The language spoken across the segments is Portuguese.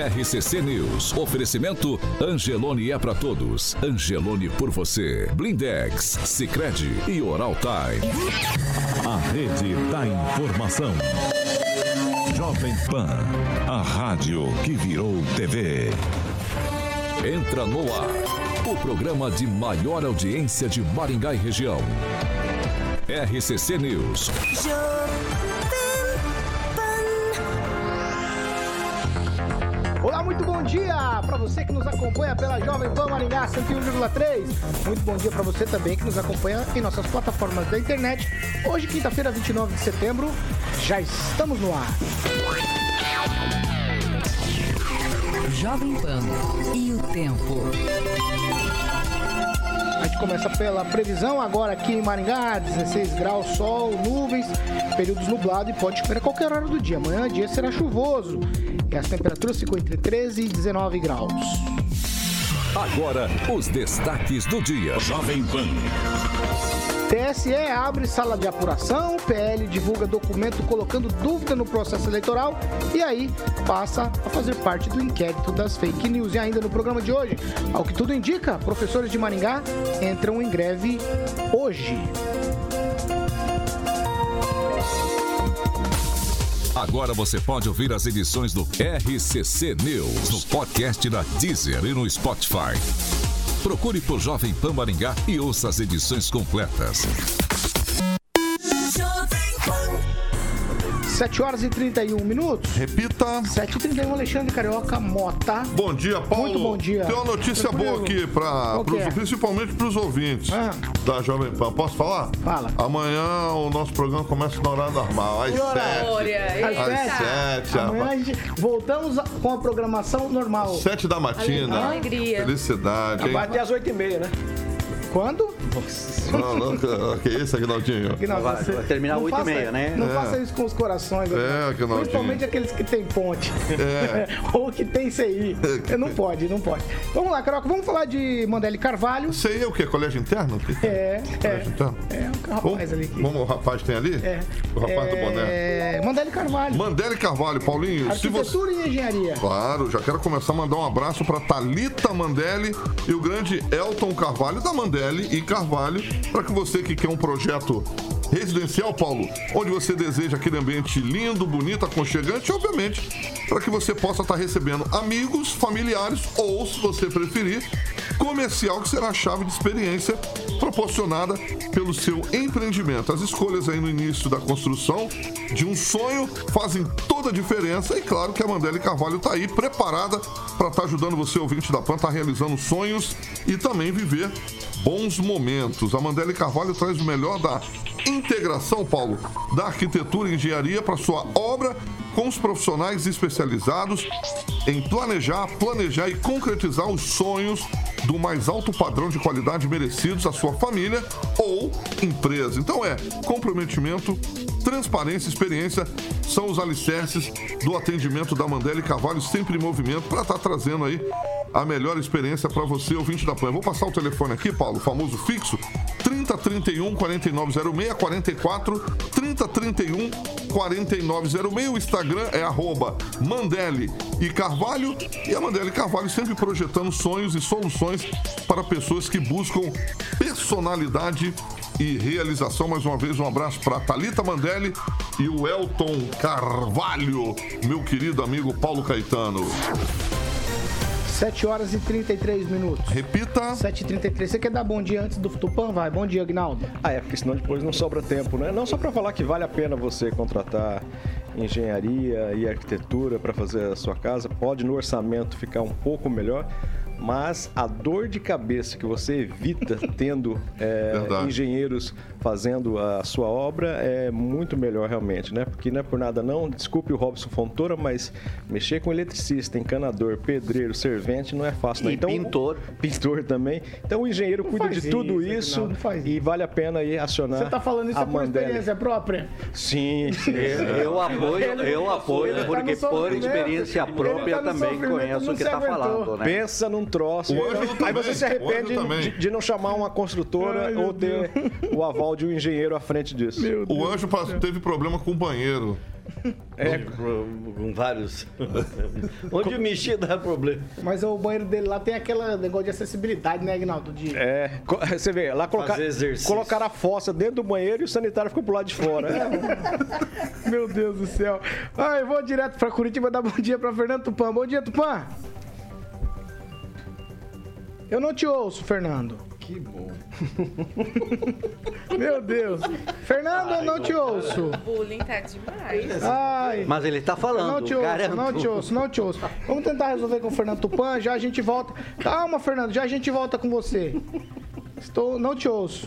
RCC News. Oferecimento Angelone é pra todos. Angelone por você. Blindex, Sicredi e Oral Time. A rede da informação. Jovem Pan, a rádio que virou TV. Entra no ar, o programa de maior audiência de Maringá e região. RCC News. Olá, muito bom dia para você que nos acompanha pela Jovem Pan Maringá 101,3. Muito bom dia para você também que nos acompanha em nossas plataformas da internet. Hoje, quinta-feira, 29 de setembro, já estamos no ar. Jovem Pan e o tempo. A gente começa pela previsão agora aqui em Maringá, 16 graus, sol, nuvens, períodos nublados e pode chover a qualquer hora do dia. Amanhã o dia será chuvoso e as temperaturas ficam entre 13 e 19 graus. Agora, os destaques do dia. Jovem Pan. TSE abre sala de apuração, PL divulga documento colocando dúvida no processo eleitoral e aí passa a fazer parte do inquérito das fake news. E ainda no programa de hoje, ao que tudo indica, professores de Maringá entram em greve hoje. Agora você pode ouvir as edições do RCC News no podcast da Deezer e no Spotify. Procure por Jovem Pan Maringá e ouça as edições completas. 7 horas e 31 minutos. Repita. 7h31, Alexandre Carioca Mota. Bom dia, Paulo. Muito bom dia. Tem uma notícia boa aqui, principalmente para os ouvintes da Jovem Pan. Posso falar? Fala. Amanhã o nosso programa começa no horário normal, às 7. Às 7. Amanhã a gente voltamos com a programação normal. 7 da matina. Alegria. Felicidade, hein? Vai até às 8h30, né? Quando? Não, que isso, Aguinaldinho? Vai terminar 8h30, né? Não faça isso com os corações. Aguinaldinho. Principalmente aqueles que tem ponte. Ou que tem CI. Não pode. Vamos lá, Carioca, vamos falar de Mandele Carvalho. CI é o quê? Colégio interno? Colégio interno? O rapaz ali. O rapaz tem ali? O rapaz do boné. Mandele Carvalho. Mandele Carvalho, Paulinho. Arquitetura e engenharia. Claro, já quero começar a mandar um abraço para Thalita Mandele e o grande Elton Carvalho da Mandele e Carvalho, para que você que quer um projeto residencial, Paulo, onde você deseja aquele ambiente lindo, bonito, aconchegante, e, obviamente, para que você possa estar recebendo amigos, familiares ou, se você preferir, comercial, que será a chave de experiência proporcionada pelo seu empreendimento. As escolhas aí no início da construção de um sonho fazem toda a diferença e claro que a Mandele Carvalho está aí preparada para estar ajudando você, ouvinte da PAN, estar realizando sonhos e também viver bons momentos. A Mandele Carvalho traz o melhor da integração, Paulo, da arquitetura e engenharia para sua obra com os profissionais especializados em planejar e concretizar os sonhos do mais alto padrão de qualidade merecidos à sua família ou empresa. Então comprometimento, transparência e experiência são os alicerces do atendimento da Mandele Carvalho, sempre em movimento, para estar trazendo aí a melhor experiência para você, ouvinte da PAN. Eu vou passar o telefone aqui, Paulo, o famoso fixo, 3031 4906 44 3031 4906. O Instagram é @Mandele e Carvalho. E a Mandele Carvalho sempre projetando sonhos e soluções para pessoas que buscam personalidade e realização. Mais uma vez, um abraço para Thalita Mandele e o Elton Carvalho, meu querido amigo Paulo Caetano. 7 horas e 33 minutos. Repita. 7h33. Você quer dar bom dia antes do Tupã? Vai. Bom dia, Aguinaldo. Porque senão depois não sobra tempo, né? Não, só para falar que vale a pena você contratar engenharia e arquitetura para fazer a sua casa. Pode no orçamento ficar um pouco melhor, mas a dor de cabeça que você evita tendo engenheiros fazendo a sua obra é muito melhor realmente, né? Porque não é por nada não, desculpe o Robson Fontoura, mas mexer com eletricista, encanador, pedreiro, servente não é fácil, né? Então, pintor também. Então o engenheiro cuida de tudo isso e vale a pena aí acionar. Você tá falando isso por experiência própria? Sim. Eu apoio, porque por experiência própria eu também conheço o que tá falando, né? Pensa num troço. Aí você se arrepende de não chamar uma construtora ou ter o aval de um engenheiro à frente disso. O Anjo teve problema com o banheiro. Com vários. Onde mexer dá problema. Mas o banheiro dele lá tem aquele negócio de acessibilidade, né, Aguinaldo? Você vê, lá colocaram a fossa dentro do banheiro e o sanitário ficou pro lado de fora. Meu Deus do céu. Eu vou direto pra Curitiba dar bom dia pra Fernando Tupan. Bom dia, Tupan. Eu não te ouço, Fernando. Que bom. Meu Deus. Fernando, eu não te ouço. O bullying tá demais. Mas ele tá falando, não te ouço. Vamos tentar resolver com o Fernando Tupan, já a gente volta. Calma, Fernando, já a gente volta com você. Não te ouço.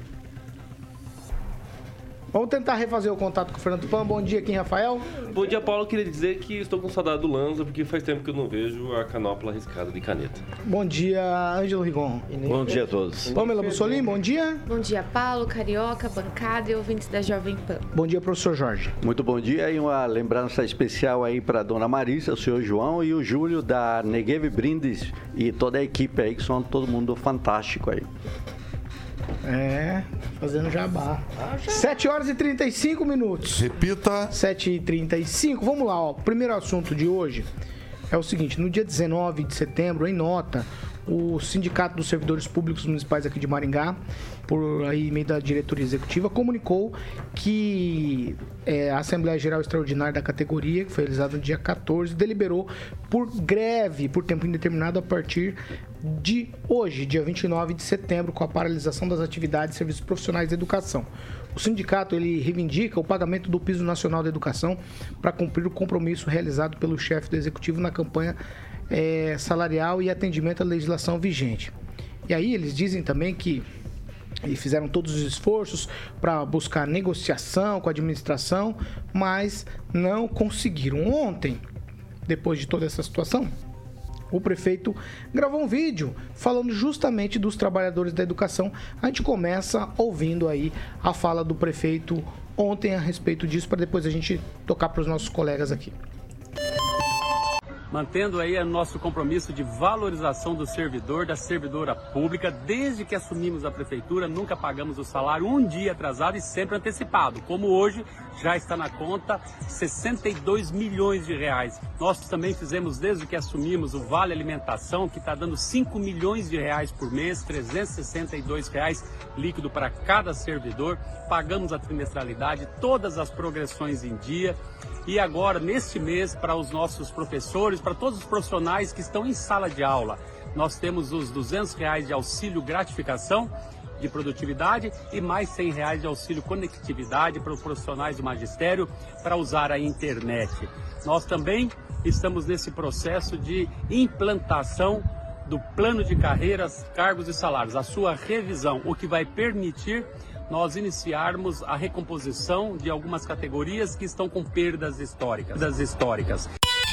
Vamos tentar refazer o contato com o Fernando Tupan. Bom dia, Kim Rafael. Bom dia, Paulo. Queria dizer que estou com saudade do Lanza, porque faz tempo que eu não vejo a canopla riscada de caneta. Bom dia, Ângelo Rigon. Bom dia a todos. Pamela Bussolini, bom dia. Bom dia, Paulo, Carioca, bancada e ouvintes da Jovem Pan. Bom dia, professor Jorge. Muito bom dia e uma lembrança especial aí para dona Marisa, o senhor João e o Júlio da Negev Brindes e toda a equipe aí, que são todo mundo fantástico aí. Fazendo jabá. 7 horas e 35 minutos. Repita. 7h35. Vamos lá, ó. O primeiro assunto de hoje é o seguinte. No dia 19 de setembro, em nota, o Sindicato dos Servidores Públicos Municipais aqui de Maringá, por aí meio da diretoria executiva, comunicou que a Assembleia Geral Extraordinária da categoria, que foi realizada no dia 14, deliberou por greve por tempo indeterminado a partir de hoje, dia 29 de setembro, com a paralisação das atividades e serviços profissionais de educação. O sindicato ele reivindica o pagamento do piso nacional da educação para cumprir o compromisso realizado pelo chefe do executivo na campanha salarial e atendimento à legislação vigente. E aí eles dizem também que eles fizeram todos os esforços para buscar negociação com a administração, mas não conseguiram. Ontem, depois de toda essa situação, o prefeito gravou um vídeo falando justamente dos trabalhadores da educação. A gente começa ouvindo aí a fala do prefeito ontem a respeito disso, para depois a gente tocar para os nossos colegas aqui. Mantendo aí o nosso compromisso de valorização do servidor, da servidora pública. Desde que assumimos a prefeitura, nunca pagamos o salário um dia atrasado e sempre antecipado. Como hoje, já está na conta 62 milhões de reais. Nós também fizemos, desde que assumimos, o Vale Alimentação, que está dando 5 milhões de reais por mês, 362 reais líquido para cada servidor. Pagamos a trimestralidade, todas as progressões em dia. E agora, neste mês, para os nossos professores, para todos os profissionais que estão em sala de aula, nós temos os R$200 de auxílio gratificação de produtividade e mais R$100 de auxílio conectividade para os profissionais do magistério para usar a internet. Nós também estamos nesse processo de implantação do plano de carreiras, cargos e salários, a sua revisão, o que vai permitir nós iniciarmos a recomposição de algumas categorias que estão com perdas históricas.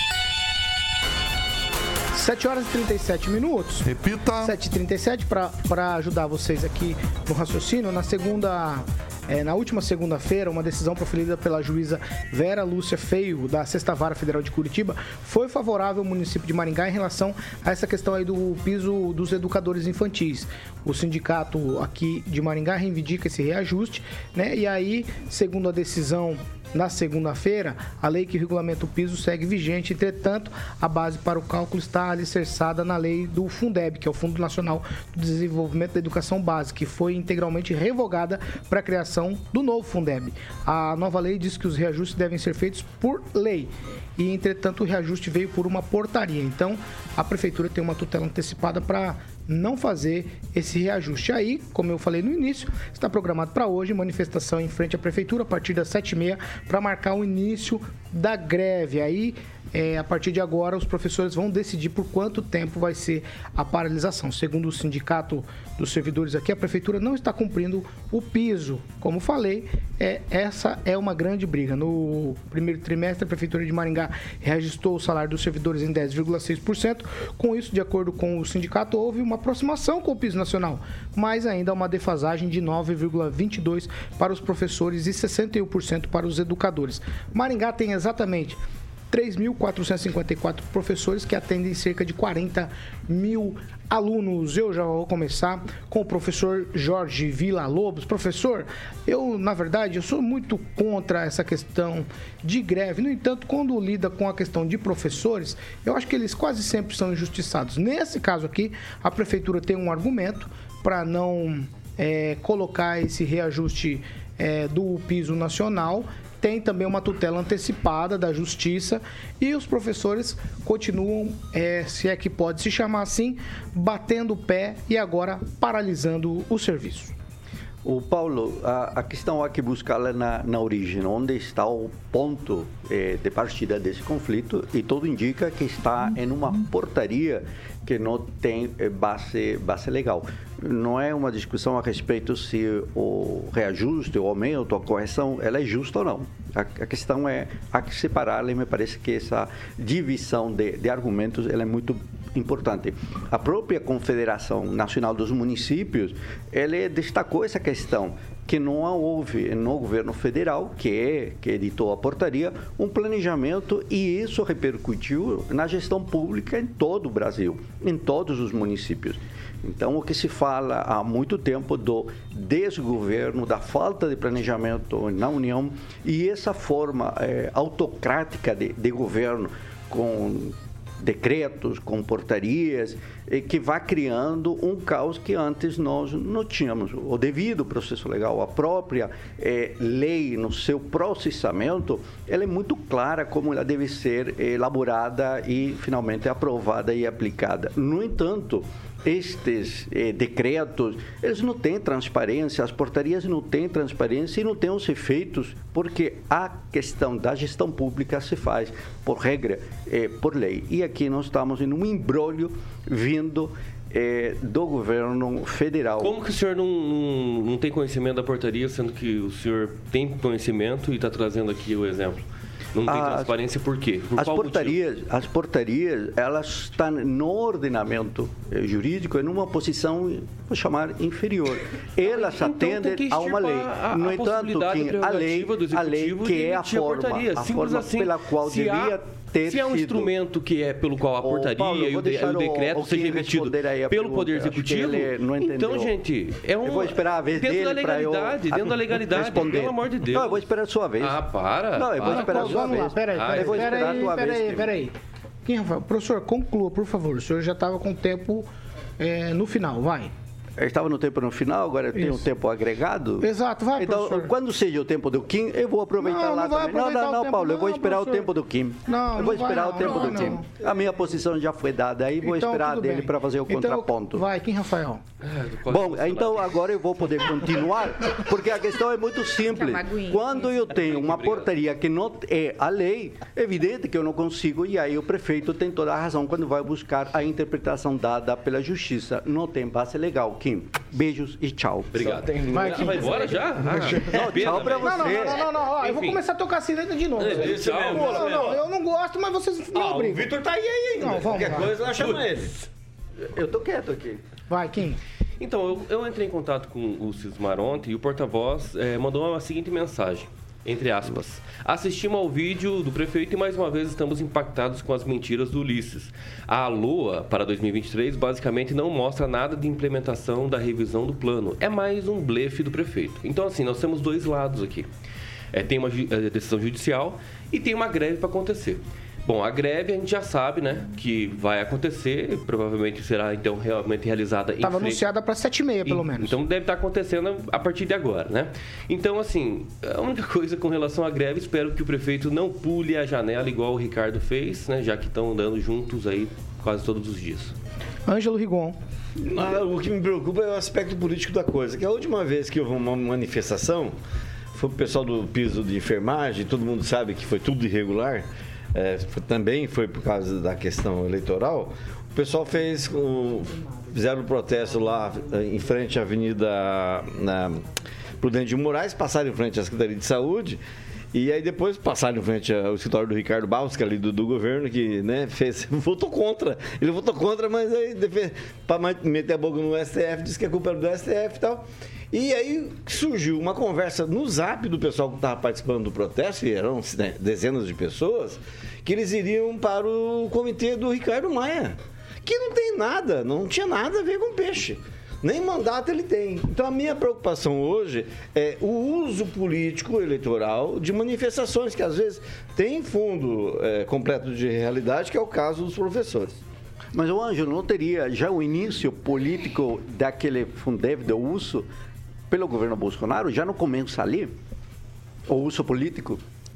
7 horas e 37 minutos. Repita. 7h37, para ajudar vocês aqui no raciocínio. Na última segunda-feira, uma decisão proferida pela juíza Vera Lúcia Feio, da 6ª Vara Federal de Curitiba, foi favorável ao município de Maringá em relação a essa questão aí do piso dos educadores infantis. O sindicato aqui de Maringá reivindica esse reajuste, né? E aí, segundo a decisão na segunda-feira, a lei que regulamenta o piso segue vigente. Entretanto, a base para o cálculo está alicerçada na lei do Fundeb, que é o Fundo Nacional do Desenvolvimento da Educação Básica, que foi integralmente revogada para a criação do novo Fundeb. A nova lei diz que os reajustes devem ser feitos por lei. E, entretanto, o reajuste veio por uma portaria. Então, a prefeitura tem uma tutela antecipada para não fazer esse reajuste. Aí, como eu falei no início, está programado para hoje manifestação em frente à prefeitura a partir das 7h30 para marcar o início da greve. Aí, a partir de agora, os professores vão decidir por quanto tempo vai ser a paralisação. Segundo o sindicato dos servidores aqui, a prefeitura não está cumprindo o piso. Como falei, essa é uma grande briga. No primeiro trimestre, a prefeitura de Maringá reajustou o salário dos servidores em 10,6%. Com isso, de acordo com o sindicato, houve uma aproximação com o piso nacional, mas ainda há uma defasagem de 9,22% para os professores e 61% para os educadores. Maringá tem exatamente 3.454 professores que atendem cerca de 40 mil alunos. Eu já vou começar com o professor Jorge Villa-Lobos. Professor, na verdade, eu sou muito contra essa questão de greve. No entanto, quando lida com a questão de professores, eu acho que eles quase sempre são injustiçados. Nesse caso aqui, a prefeitura tem um argumento para não colocar esse reajuste do piso nacional. Tem também uma tutela antecipada da Justiça e os professores continuam, se é que pode se chamar assim, batendo o pé e agora paralisando o serviço. O Paulo, a questão há que buscar na origem, onde está o ponto de partida desse conflito, e tudo indica que está em uma portaria que não tem base legal. Não é uma discussão a respeito se o reajuste, o aumento, a correção, ela é justa ou não. A questão é há que separá-la, e me parece que essa divisão de argumentos ela é muito importante. A própria Confederação Nacional dos Municípios, ela destacou essa questão, que não houve no governo federal, que editou a portaria, um planejamento, e isso repercutiu na gestão pública em todo o Brasil, em todos os municípios. Então, o que se fala há muito tempo do desgoverno, da falta de planejamento na União, e essa forma autocrática de governo, com decretos, com portarias, que vai criando um caos que antes nós não tínhamos. O devido processo legal, a própria lei no seu processamento, ela é muito clara como ela deve ser elaborada e finalmente aprovada e aplicada. No entanto, estes decretos, eles não têm transparência, as portarias não têm transparência e não têm os efeitos, porque a questão da gestão pública se faz por regra, por lei. E aqui nós estamos em um imbróglio vindo do governo federal. Como que o senhor não tem conhecimento da portaria, sendo que o senhor tem conhecimento e está trazendo aqui o exemplo? Não tem transparência por quê? Por qual motivo? As portarias, elas estão no ordenamento jurídico em uma posição, vou chamar, inferior. Elas atendem a uma lei. No entanto, a lei que é a forma assim, pela qual devia ter se é um instrumento que é pelo qual a portaria Paulo, e o decreto seja emitido pelo Poder Executivo, então, gente, eu vou esperar a vez dele para eu dentro da legalidade, responder. Pelo amor de Deus. Não, eu vou esperar a sua vez. Para. Não, eu vou esperar a sua vez. Peraí. Professor, conclua, por favor. O senhor já estava com o tempo no final, vai. Eu estava no tempo no final, agora eu tenho um tempo agregado. Exato, vai, então, professor. Quando seja o tempo do Kim, eu vou aproveitar lá também. Não, Paulo, eu vou esperar o tempo do Kim. Eu vou esperar o tempo do Kim. A minha posição já foi dada, aí vou esperar dele para fazer o contraponto. Vai, Kim Rafael. Bom, então agora eu vou poder continuar, porque a questão é muito simples. Quando eu tenho uma portaria que não é a lei, é evidente que eu não consigo, e aí o prefeito tem toda a razão quando vai buscar a interpretação dada pela justiça. Não tem base legal. Kim, beijos e tchau. Obrigado. Vai embora já? Tchau pra você. Não. Eu vou começar a tocar sirene de novo. Não, eu não gosto, mas vocês me obrigam. O Vitor tá aí ainda. Não, vamos. Qualquer coisa, nós chamamos ele. Eu tô quieto aqui. Vai, Kim. Então, eu entrei em contato com o Cismar ontem e o porta-voz mandou a seguinte mensagem, entre aspas: assistimos ao vídeo do prefeito e mais uma vez estamos impactados com as mentiras do Ulisses. A LOA para 2023 basicamente não mostra nada de implementação da revisão do plano. É mais um blefe do prefeito. Então, assim, nós temos dois lados aqui. Tem uma decisão judicial e tem uma greve para acontecer. Bom, a greve a gente já sabe, né, que vai acontecer, provavelmente será então realmente realizada. Estava anunciada para 7h30, pelo menos. Então deve estar acontecendo a partir de agora, né? Então, assim, a única coisa com relação à greve, espero que o prefeito não pule a janela igual o Ricardo fez, né, já que estão andando juntos aí quase todos os dias. Ângelo Rigon. O que me preocupa é o aspecto político da coisa, que a última vez que houve uma manifestação foi o pessoal do piso de enfermagem, todo mundo sabe que foi tudo irregular. Também foi por causa da questão eleitoral. O pessoal fizeram um protesto lá em frente à Avenida Prudente de Moraes, passaram em frente à Secretaria de Saúde e aí depois passaram em frente ao escritório do Ricardo Barros, que é ali do governo, que, né, votou contra. Ele votou contra, mas aí para meter a boca no STF, disse que a culpa era do STF e tal. E aí surgiu uma conversa no Zap do pessoal que estava participando do protesto, e eram dezenas de pessoas, que eles iriam para o comitê do Ricardo Maia, que não tem nada, não tinha nada a ver com peixe. Nem mandato ele tem. Então, a minha preocupação hoje é o uso político eleitoral de manifestações que, às vezes, têm fundo completo de realidade, que é o caso dos professores. Mas o Ângelo não teria já o início político daquele Fundeb do uso pelo governo Bolsonaro? Já não começa ali? O uso político?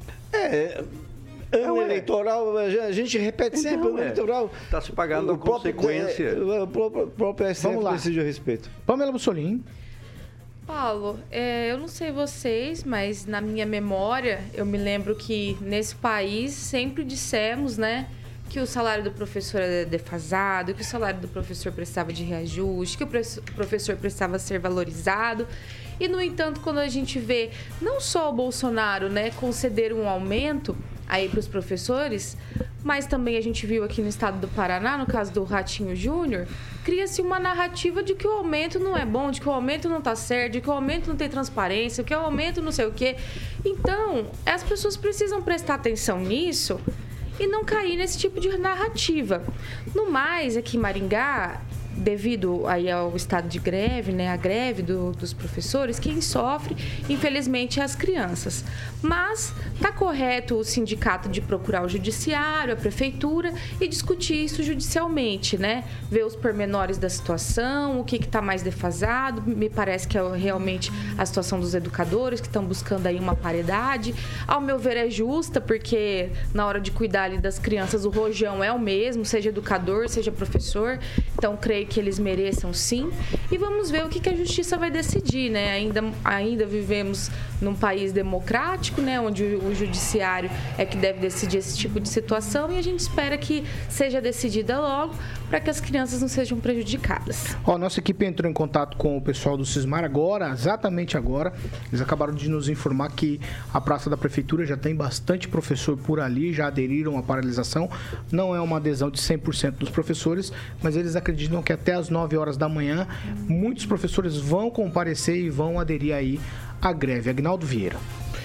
Ano eleitoral, a gente repete sempre, ano eleitoral. Está se pagando a consequência. O próprio STF decide a respeito. Pamela Bussolini. Paulo, eu não sei vocês, mas na minha memória, eu me lembro que nesse país sempre dissemos, né, que o salário do professor era defasado, que o salário do professor precisava de reajuste, que o professor precisava ser valorizado. E, no entanto, quando a gente vê não só o Bolsonaro, né, conceder um aumento aí para os professores, mas também a gente viu aqui no estado do Paraná, no caso do Ratinho Júnior, cria-se uma narrativa de que o aumento não é bom, de que o aumento não está certo, de que o aumento não tem transparência, que o aumento não sei o quê. Então, as pessoas precisam prestar atenção nisso e não cair nesse tipo de narrativa. No mais, aqui em Maringá, devido aí ao estado de greve, né, a greve dos professores, quem sofre, infelizmente, é as crianças. Mas está correto o sindicato de procurar o judiciário, a prefeitura e discutir isso judicialmente, né? Ver os pormenores da situação, o que está mais defasado. Me parece que é realmente a situação dos educadores que estão buscando aí uma paridade. Ao meu ver, é justa, porque na hora de cuidar ali das crianças, o rojão é o mesmo, seja educador, seja professor. Então, creio que eles mereçam sim. E vamos ver o que a justiça vai decidir, né? Ainda vivemos num país democrático, né? Onde o judiciário é que deve decidir esse tipo de situação e a gente espera que seja decidida logo para que as crianças não sejam prejudicadas. Nossa equipe entrou em contato com o pessoal do Sismar agora, exatamente agora. Eles acabaram de nos informar que a Praça da Prefeitura já tem bastante professor por ali, já aderiram à paralisação. Não é uma adesão de 100% dos professores, mas eles acreditam que até às 9 horas da manhã, muitos professores vão comparecer e vão aderir aí à greve. Agnaldo Vieira.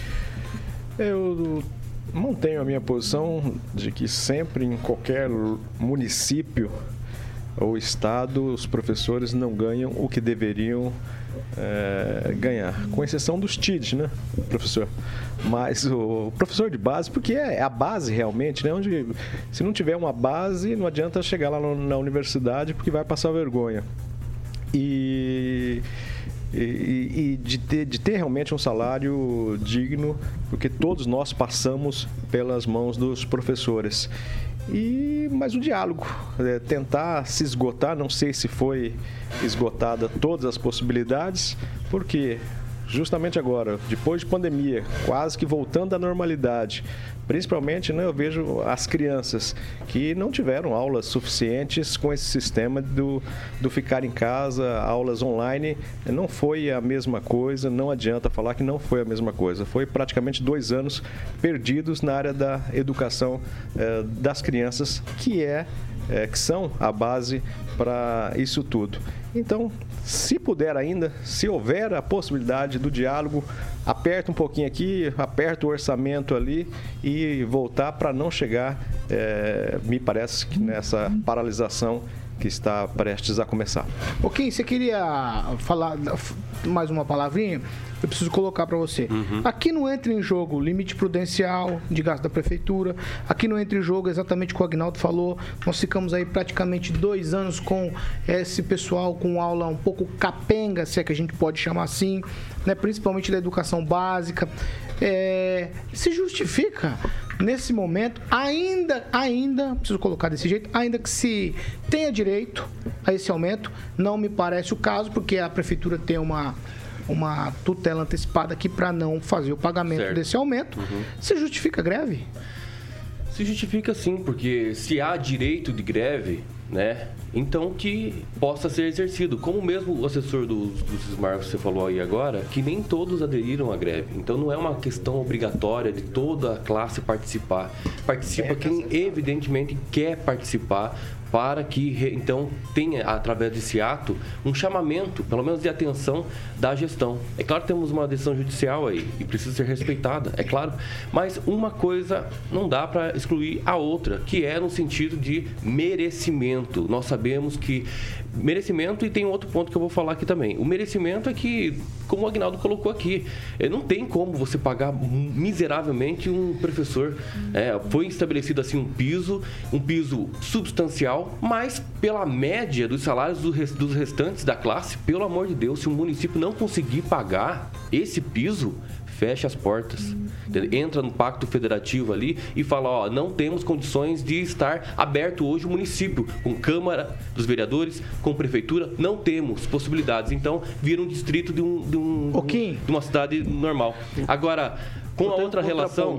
Eu mantenho a minha posição de que sempre em qualquer município ou estado os professores não ganham o que deveriam ganhar, com exceção dos TIDs, né, professor? Mas o professor de base, porque é a base realmente, né? Onde, se não tiver uma base, não adianta chegar lá na universidade porque vai passar vergonha. E de ter realmente um salário digno, porque todos nós passamos pelas mãos dos professores. Mas o diálogo, tentar se esgotar, não sei se foi esgotada todas as possibilidades, porque justamente agora, depois de pandemia, quase que voltando à normalidade, principalmente, né, eu vejo as crianças que não tiveram aulas suficientes com esse sistema do ficar em casa, aulas online, não foi a mesma coisa, não adianta falar que não foi a mesma coisa. Foi praticamente 2 anos perdidos na área da educação das crianças, que são a base para isso tudo. Então, se puder ainda, se houver a possibilidade do diálogo, aperta um pouquinho aqui, aperta o orçamento ali e voltar para não chegar, me parece, que nessa paralisação que está prestes a começar. Ok, você queria falar mais uma palavrinha? Eu preciso colocar para você. Aqui não entra em jogo limite prudencial de gasto da prefeitura. Aqui não entra em jogo exatamente o que o Agnaldo falou. Nós ficamos aí praticamente 2 anos com esse pessoal com aula um pouco capenga, se é que a gente pode chamar assim, né? Principalmente da educação básica. Se justifica nesse momento, ainda, preciso colocar desse jeito, ainda que se tenha direito a esse aumento, não me parece o caso, porque a prefeitura tem uma tutela antecipada aqui para não fazer o pagamento desse aumento. Se justifica a greve? Se justifica sim, porque se há direito de greve, né, então que possa ser exercido. Como mesmo o assessor do Sismar, você falou aí agora, que nem todos aderiram à greve. Então não é uma questão obrigatória de toda a classe participar. Participa quem evidentemente quer participar, para que, então, tenha, através desse ato, um chamamento, pelo menos de atenção, da gestão. É claro que temos uma decisão judicial aí e precisa ser respeitada, é claro, mas uma coisa não dá para excluir a outra, que é no sentido de merecimento. Nós sabemos que merecimento, e tem um outro ponto que eu vou falar aqui também. O merecimento é que, como o Aguinaldo colocou aqui, não tem como você pagar miseravelmente um professor. Foi estabelecido assim um piso substancial, mas pela média dos salários dos restantes da classe, pelo amor de Deus, se o município não conseguir pagar esse piso, fecha as portas, entra no pacto federativo ali e fala, não temos condições de estar aberto hoje o município, com Câmara dos Vereadores, com Prefeitura, não temos possibilidades. Então, vira um distrito de uma cidade normal. Agora, com a outra relação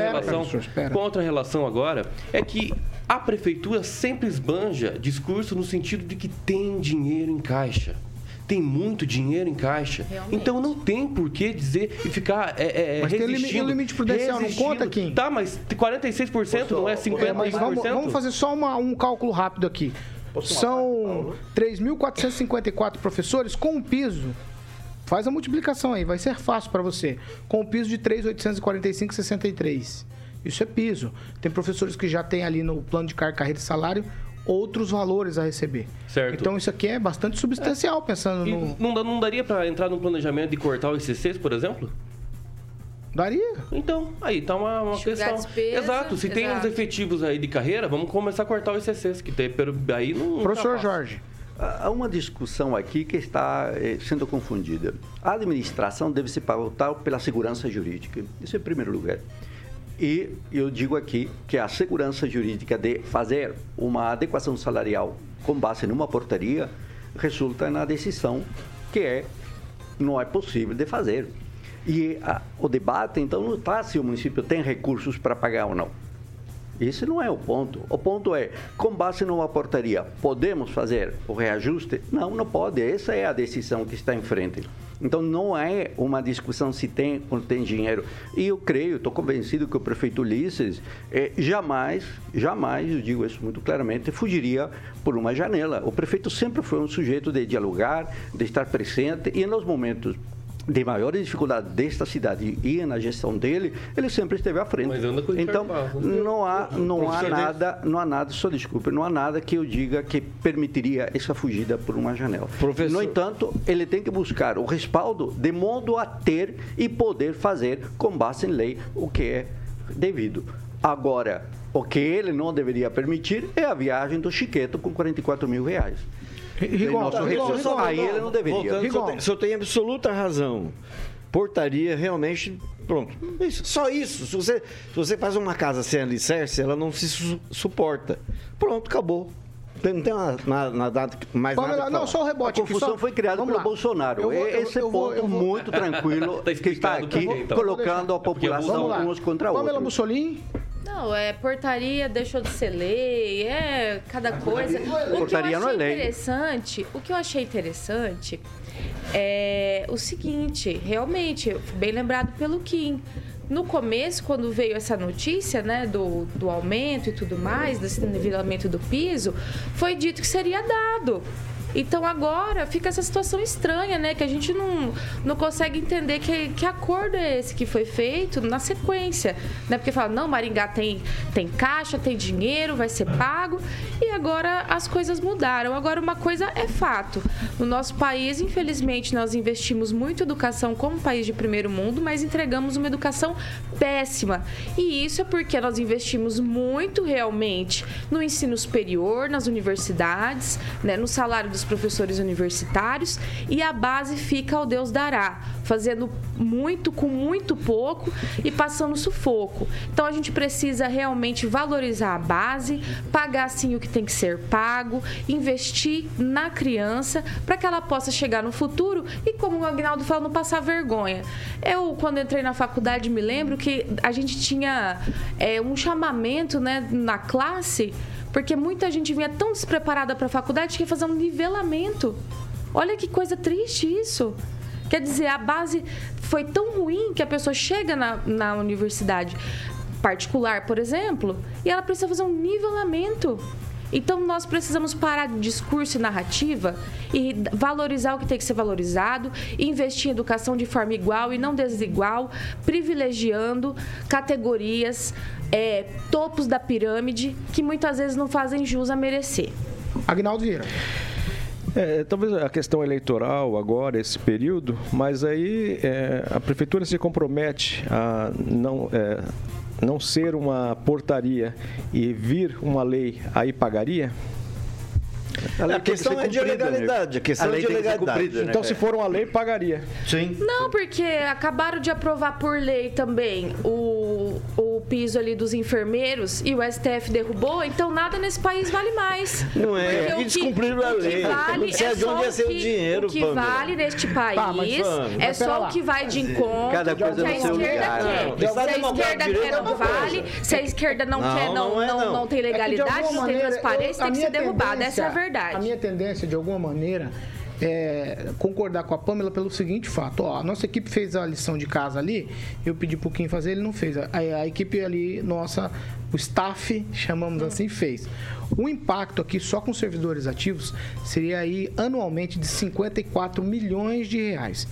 agora, é que a Prefeitura sempre esbanja discurso no sentido de que tem dinheiro em caixa. Tem muito dinheiro em caixa. Realmente. Então não tem por que dizer e ficar mas resistindo. Tem limite prudencial, não conta, Kim? Tá, mas 46% não é 50%? Mas vamos fazer só um cálculo rápido aqui. São 3.454 professores com um piso. Faz a multiplicação aí, vai ser fácil para você. Com um piso de 3.845,63. Isso é piso. Tem professores que já têm ali no plano de carreira e salário outros valores a receber. Certo. Então isso aqui é bastante substancial, pensando no... Não daria para entrar no planejamento de cortar o ICCs, por exemplo? Daria. Então, aí tá uma questão. Despesa, exato. Se tem os efetivos aí de carreira, vamos começar a cortar o ICCs, que tem, aí não... Professor Jorge. Há uma discussão aqui que está sendo confundida. A administração deve se pautar pela segurança jurídica. Isso é em primeiro lugar. E eu digo aqui que a segurança jurídica de fazer uma adequação salarial com base numa portaria resulta na decisão que não é possível de fazer. E o debate, então, não está se o município tem recursos para pagar ou não. Esse não é o ponto. O ponto é, com base numa portaria, podemos fazer o reajuste? Não, não pode. Essa é a decisão que está em frente. Então, não é uma discussão se tem ou não tem dinheiro. E eu creio, estou convencido que o prefeito Ulisses jamais, eu digo isso muito claramente, fugiria por uma janela. O prefeito sempre foi um sujeito de dialogar, de estar presente, e nos momentos de maiores dificuldades desta cidade e na gestão dele, ele sempre esteve à frente. Mas anda com então, não há nada que eu diga que permitiria essa fugida por uma janela. Professor... No entanto, ele tem que buscar o respaldo de modo a ter e poder fazer com base em lei o que é devido. Agora, o que ele não deveria permitir é a viagem do Chiqueto com R$44 mil. Aí ele não deveria. O senhor tem absoluta razão. Portaria realmente, pronto. Só isso. Se você faz uma casa sem alicerce, ela não se suporta. Pronto, acabou. Não tem nada mais nada. Não, só o rebote. A confusão foi criada pelo Bolsonaro. Esse ponto muito tranquilo que está aqui colocando a população uns contra outros. Pamela Mussolini? Não, portaria deixou de ser lei, cada coisa. Portaria não é lei. O que eu achei interessante é o seguinte, realmente, bem lembrado pelo Kim. No começo, quando veio essa notícia, né, do aumento e tudo mais, desse nivelamento do piso, foi dito que seria dado. Então, agora fica essa situação estranha, né? Que a gente não consegue entender que acordo é esse que foi feito na sequência, né? Porque fala, não, Maringá tem caixa, tem dinheiro, vai ser pago. E agora as coisas mudaram. Agora, uma coisa é fato. No nosso país, infelizmente, nós investimos muito em educação como país de primeiro mundo, mas entregamos uma educação péssima. E isso é porque nós investimos muito, realmente, no ensino superior, nas universidades, né? No salário dos professores universitários, e a base fica ao Deus dará, fazendo muito com muito pouco e passando sufoco. Então a gente precisa realmente valorizar a base, pagar sim o que tem que ser pago, investir na criança para que ela possa chegar no futuro e, como o Aguinaldo fala, não passar vergonha. Eu, quando entrei na faculdade, me lembro que a gente tinha um chamamento, né, na classe Porque muita gente vinha tão despreparada para a faculdade que ia fazer um nivelamento. Olha que coisa triste isso. Quer dizer, a base foi tão ruim que a pessoa chega na universidade particular, por exemplo, e ela precisa fazer um nivelamento. Então, nós precisamos parar de discurso e narrativa e valorizar o que tem que ser valorizado, investir em educação de forma igual e não desigual, privilegiando categorias, topos da pirâmide, que muitas vezes não fazem jus a merecer. Aguinaldo Vieira. Talvez a questão eleitoral agora, esse período, mas aí a prefeitura se compromete a não ser uma portaria e vir uma lei, aí pagaria? A questão é de legalidade. A questão é de legalidade. Então, se for uma lei, pagaria. Sim. Não, porque acabaram de aprovar por lei também o piso ali dos enfermeiros e o STF derrubou, então nada nesse país vale mais. Não é, porque descumpriram a lei. Vale não sei de onde ia ser o dinheiro, O que vale neste país é só o que vai de encontro. Cada coisa que a esquerda quer. Se a esquerda quer, não vale. Se a esquerda não quer, não tem legalidade, não tem transparência, tem que ser derrubada. Essa é a verdade. A minha tendência, de alguma maneira, é concordar com a Pâmela pelo seguinte fato. A nossa equipe fez a lição de casa ali, eu pedi pro Kim fazer, ele não fez. A equipe ali, nossa, o staff, chamamos assim, fez. O impacto aqui, só com servidores ativos, seria aí anualmente de 54 milhões de reais.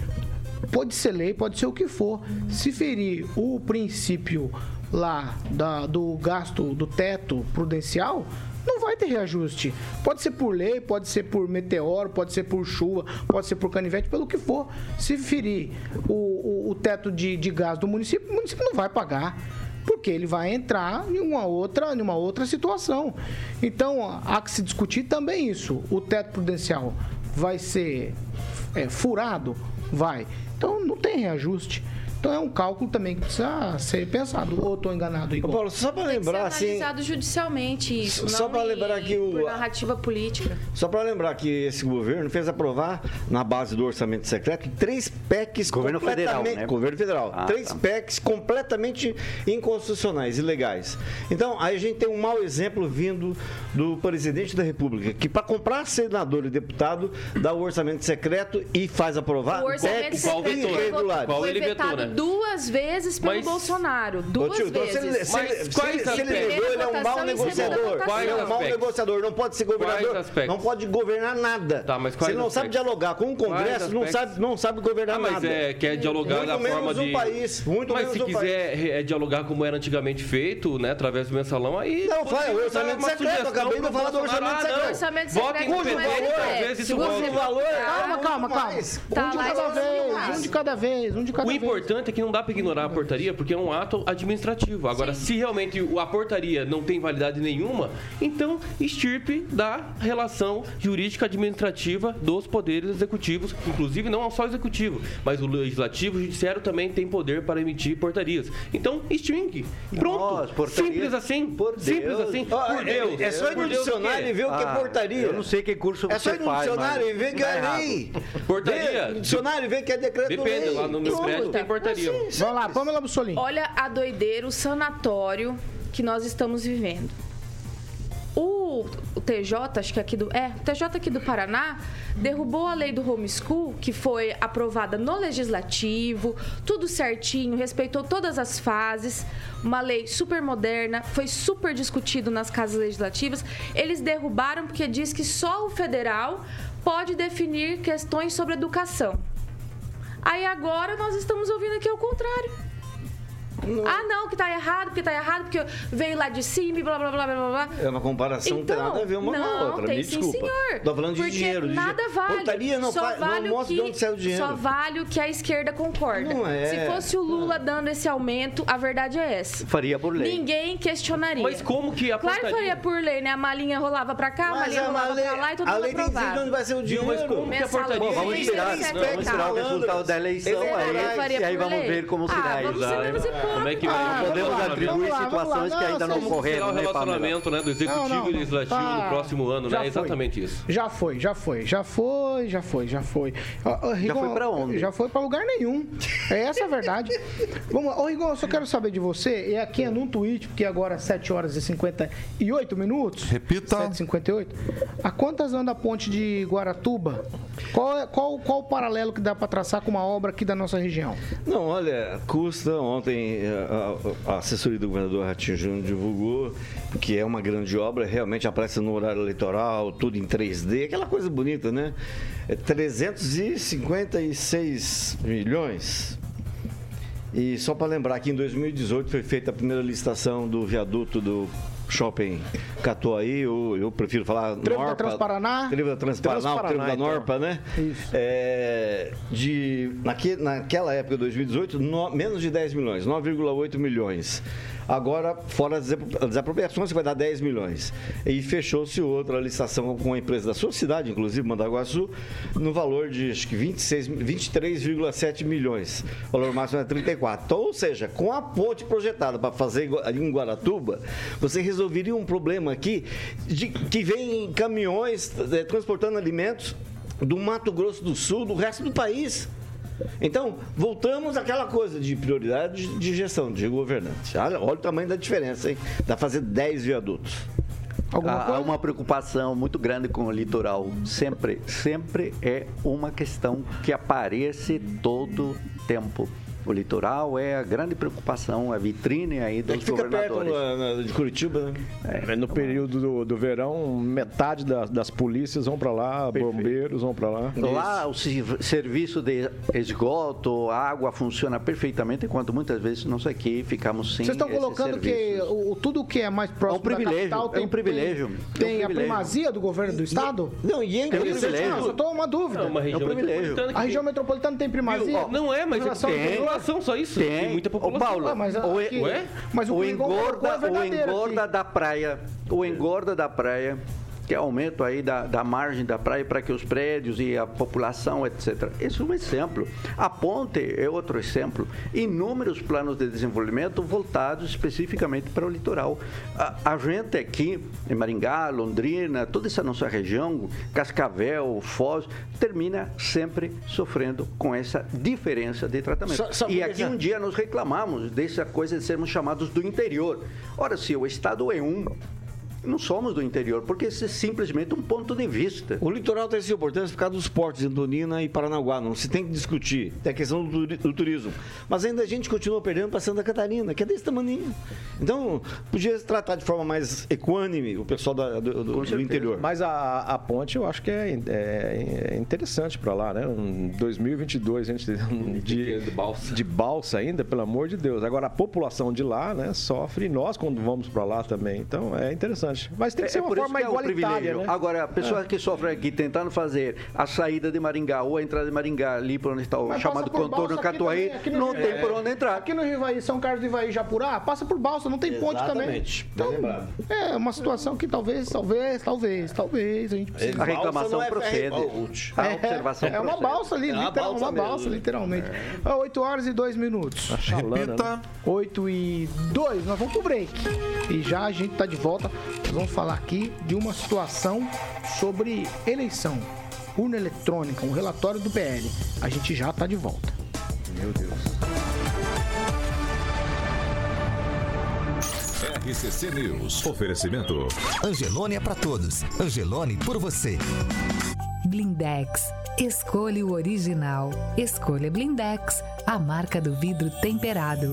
Pode ser lei, pode ser o que for. Se ferir o princípio lá do gasto do teto prudencial, não vai ter reajuste. Pode ser por lei, pode ser por meteoro, pode ser por chuva, pode ser por canivete, pelo que for. Se ferir o teto de gás do município, o município não vai pagar, porque ele vai entrar em uma outra situação. Então, há que se discutir também isso. O teto prudencial vai ser furado? Vai. Então, não tem reajuste. Então é um cálculo também que precisa ser pensado. Ou estou enganado, Igor? Paulo, só para lembrar assim... Tem que ser analisado judicialmente isso, só para lembrar que por narrativa política. Só para lembrar que esse governo fez aprovar, na base do orçamento secreto, 3 PECs Governo federal, né? Governo federal. 3 PECs completamente inconstitucionais, ilegais. Então, aí a gente tem um mau exemplo vindo do presidente da República, que para comprar senador e deputado, dá o orçamento secreto e faz aprovar PECs irregulares. Qual ele vetou, né? 2 vezes pelo Bolsonaro. 2 vezes. Se ele negou, ele é um mau negociador. Ele é um mau negociador. Não pode ser governador. Não pode governar nada. Tá, mas se ele não sabe dialogar com o Congresso, não sabe governar nada. Mas quer dialogar da forma de... Mas se quiser dialogar como era antigamente feito, né, através do mensalão, aí... Não, faz o orçamento secreto. Acabei de falar do orçamento secreto. Orçamento secreto. Cujo valor... Calma. Um de cada vez. O importante é que não dá para ignorar a portaria, porque é um ato administrativo. Agora, se realmente a portaria não tem validade nenhuma, então extirpe da relação jurídica administrativa dos poderes executivos, inclusive não só o executivo, mas o legislativo e o judiciário também tem poder para emitir portarias. Então, extingue. Pronto. Simples assim. Simples assim. Por Deus. É só ir no dicionário e ver o que é portaria. Eu não sei que curso você faz. É só ir no dicionário e ver que é lei. Portaria. No dicionário e ver que é decreto-lei. Depende, lá no meu prédio tem portaria. Vamos lá, Pâmela Bussolini. Olha a doideira, o sanatório que nós estamos vivendo. O TJ, acho que aqui o TJ aqui do Paraná, derrubou a lei do homeschool, que foi aprovada no Legislativo, tudo certinho, respeitou todas as fases, uma lei super moderna, foi super discutido nas casas legislativas. Eles derrubaram porque diz que só o federal pode definir questões sobre educação. Aí agora nós estamos ouvindo aqui o contrário. Não, que tá errado, porque veio lá de cima e blá, blá, blá, blá, blá. É uma comparação, não tem nada a ver uma com a outra, me desculpa. Senhor. Tô falando de dinheiro. Nada vale. Portaria não mostra de onde saiu o dinheiro. Só vale o que a esquerda concorda. Não é. Se fosse o Lula dando esse aumento, a verdade é essa. Faria por lei. Ninguém questionaria. Mas como que a portaria... Claro que faria por lei, né? A malinha rolava pra cá, a malinha rolava pra lá e todo mundo aprovava. A lei tem que dizer de onde vai ser o dinheiro. Mas como que a portaria... Vamos esperar o resultado da eleição, aí vamos ver como será isso. Vamos ser menos Como é que vai? Podemos atribuir situações que ainda não Como será ocorreram, o né, relacionamento, né, do executivo e legislativo no próximo ano, né? É exatamente isso. Já foi. Já foi pra onde? Já foi pra lugar nenhum. Essa é a verdade. Vamos lá. Ô, Rigon, eu só quero saber de você, e aqui é num tweet, porque agora 7 horas e 58 minutos. Repita. 7h58. A quantas anda a ponte de Guaratuba? Qual o paralelo que dá pra traçar com uma obra aqui da nossa região? Não, olha, custa. Ontem a assessoria do governador Ratinho Júnior divulgou que é uma grande obra, realmente aparece no horário eleitoral, tudo em 3D, aquela coisa bonita, né? 356 milhões. E só para lembrar que em 2018 foi feita a primeira licitação do viaduto do Shopping Catuaí, eu prefiro falar Trevo da Transparaná. Trevo da Transparaná, o Trevo da Norpa, né? Isso. Naquela época, 2018, menos de 10 milhões, 9,8 milhões. Agora, fora as desapropriações, vai dar 10 milhões. E fechou-se outra licitação com a empresa da sua cidade, inclusive, Mandaguaçu, no valor de, acho que 23,7 milhões. O valor máximo é 34. Então, ou seja, com a ponte projetada para fazer ali em Guaratuba, você resolveria um problema aqui que vem caminhões transportando alimentos do Mato Grosso do Sul, do resto do país. Então, voltamos àquela coisa de prioridade de gestão, de governante. Olha o tamanho da diferença, hein? Dá pra fazer 10 viadutos. Há uma preocupação muito grande com o litoral. Sempre é uma questão que aparece todo tempo. O litoral é a grande preocupação, a vitrine aí dos governadores. Fica perto de Curitiba, né? No período do verão, metade das polícias vão para lá, bombeiros vão para lá. Lá o serviço de esgoto, água funciona perfeitamente, enquanto muitas vezes nós aqui ficamos sem. Vocês estão colocando que tudo que é mais próximo da capital tem privilégio. Tem a primazia do governo do estado? Não, e é privilégio. Não, só estou uma dúvida. Uma região metropolitana. A região metropolitana tem primazia? Não é, mas tem população, só isso. Tem muita população. Paulo, mas o engorda da praia. O engorda da praia, que é aumento aí da margem da praia para que os prédios e a população, etc. Esse é um exemplo. A ponte é outro exemplo. Inúmeros planos de desenvolvimento voltados especificamente para o litoral. A gente aqui, em Maringá, Londrina, toda essa nossa região, Cascavel, Foz, termina sempre sofrendo com essa diferença de tratamento. E aqui um dia nós reclamamos dessa coisa de sermos chamados do interior. Ora, se o estado é não somos do interior, porque isso é simplesmente um ponto de vista. O litoral tem essa importância por causa dos portos em Londrina e Paranaguá. Não se tem que discutir. Tem a questão do turismo. Mas ainda a gente continua perdendo para Santa Catarina, que é desse tamanho. Então, podia tratar de forma mais equânime o pessoal do interior. Mas a ponte eu acho que é interessante para lá, né? Em 2022 a gente de balsa ainda, pelo amor de Deus. Agora a população de lá, né, sofre, e nós quando vamos para lá também. Então é interessante. Mas tem que ser uma forma igualitária, né? Agora, a pessoa que sofre aqui tentando fazer a saída de Maringá ou a entrada de Maringá ali por onde está o chamado contorno Catuaí, não tem por onde entrar. Aqui no Rivaí, São Carlos do Ivaí, Japurá, passa por balsa, não tem ponte também. Então, é uma situação que talvez a gente precise. A reclamação procede. A observação é uma balsa ali, literalmente. 8 horas e 2 minutos. Repita. 8 e 2, nós vamos pro break. E já a gente tá de volta. Nós vamos falar aqui de uma situação sobre eleição, urna eletrônica, um relatório do PL. A gente já está de volta. Meu Deus. RCC News. Oferecimento. Angelone é para todos. Angelone por você. Blindex. Escolha o original. Escolha Blindex, a marca do vidro temperado.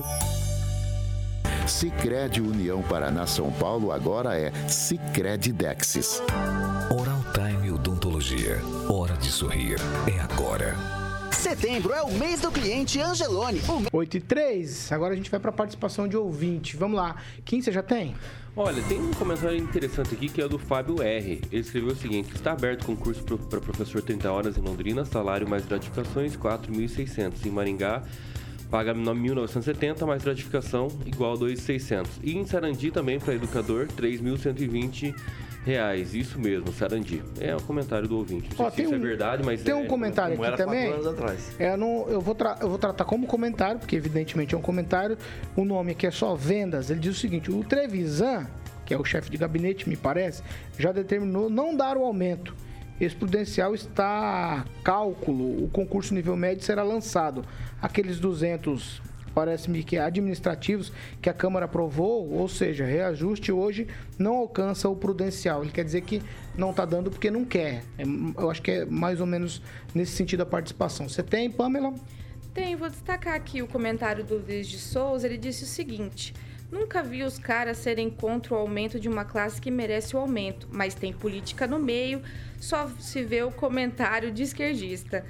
Sicredi União Paraná São Paulo agora é Sicredi Dexis. Oral Time Odontologia. Hora de sorrir. É agora. Setembro é o mês do cliente Angelone. 8 e 3. Agora a gente vai para a participação de ouvinte. Vamos lá. Kim, você já tem? Olha, tem um comentário interessante aqui que é do Fábio R. Ele escreveu o seguinte: está aberto concurso para professor 30 horas em Londrina, salário mais gratificações 4.600. Em Maringá, paga R$ 1.970, mais gratificação igual a R$ 2.600. E em Sarandi também, para educador, R$ 3.120. Isso mesmo, Sarandi. É o comentário do ouvinte. Não sei se isso é verdade, mas tem um comentário aqui também. 4 anos atrás. Eu vou tratar como comentário, porque evidentemente é um comentário. O nome aqui é só Vendas. Ele diz o seguinte: o Trevisan, que é o chefe de gabinete, me parece, já determinou não dar o aumento. Esse prudencial está a cálculo. O concurso nível médio será lançado. Aqueles 200... parece-me que administrativos que a Câmara aprovou, ou seja, reajuste hoje não alcança o prudencial. Ele quer dizer que não está dando porque não quer. Eu acho que é mais ou menos nesse sentido a participação. Você tem, Pamela? Tem, vou destacar aqui o comentário do Luiz de Souza. Ele disse o seguinte: nunca vi os caras serem contra o aumento de uma classe que merece o aumento, mas tem política no meio, só se vê o comentário de esquerdista.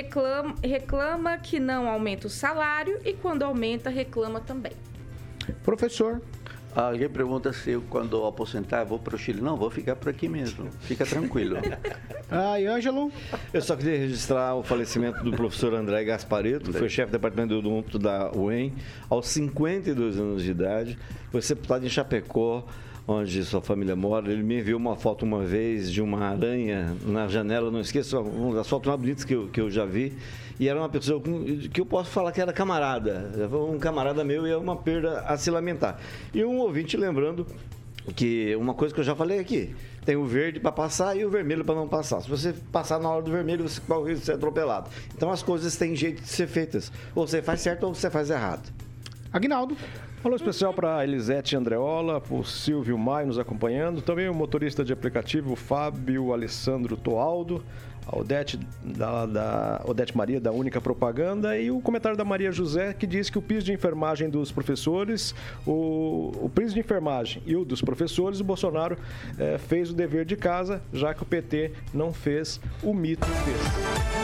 Reclama que não aumenta o salário e quando aumenta, reclama também. Professor. Alguém pergunta se eu, quando aposentar, vou para o Chile. Não, vou ficar por aqui mesmo. Fica tranquilo. E Ângelo? Eu só queria registrar o falecimento do professor André Gasparetto, que foi chefe do departamento de odonto da UEM, aos 52 anos de idade. Foi sepultado em Chapecó, onde sua família mora. Ele me enviou uma foto uma vez de uma aranha na janela, não esqueço, uma das fotos mais bonitas que eu já vi. E era uma pessoa que eu posso falar que era camarada. Um camarada meu e é uma perda a se lamentar. E um ouvinte lembrando que uma coisa que eu já falei aqui: tem o verde para passar e o vermelho para não passar. Se você passar na hora do vermelho, você corre o risco de ser atropelado. Então as coisas têm jeito de ser feitas. Ou você faz certo ou você faz errado. Aguinaldo. Alô especial para a Elisete Andreola, para o Silvio Maio nos acompanhando, também o motorista de aplicativo Fábio Alessandro Toaldo, a Odete, da Odete Maria, da Única Propaganda, e o comentário da Maria José, que diz que o piso de enfermagem dos professores, o piso de enfermagem e o dos professores, o Bolsonaro fez o dever de casa, já que o PT não fez o mito desse.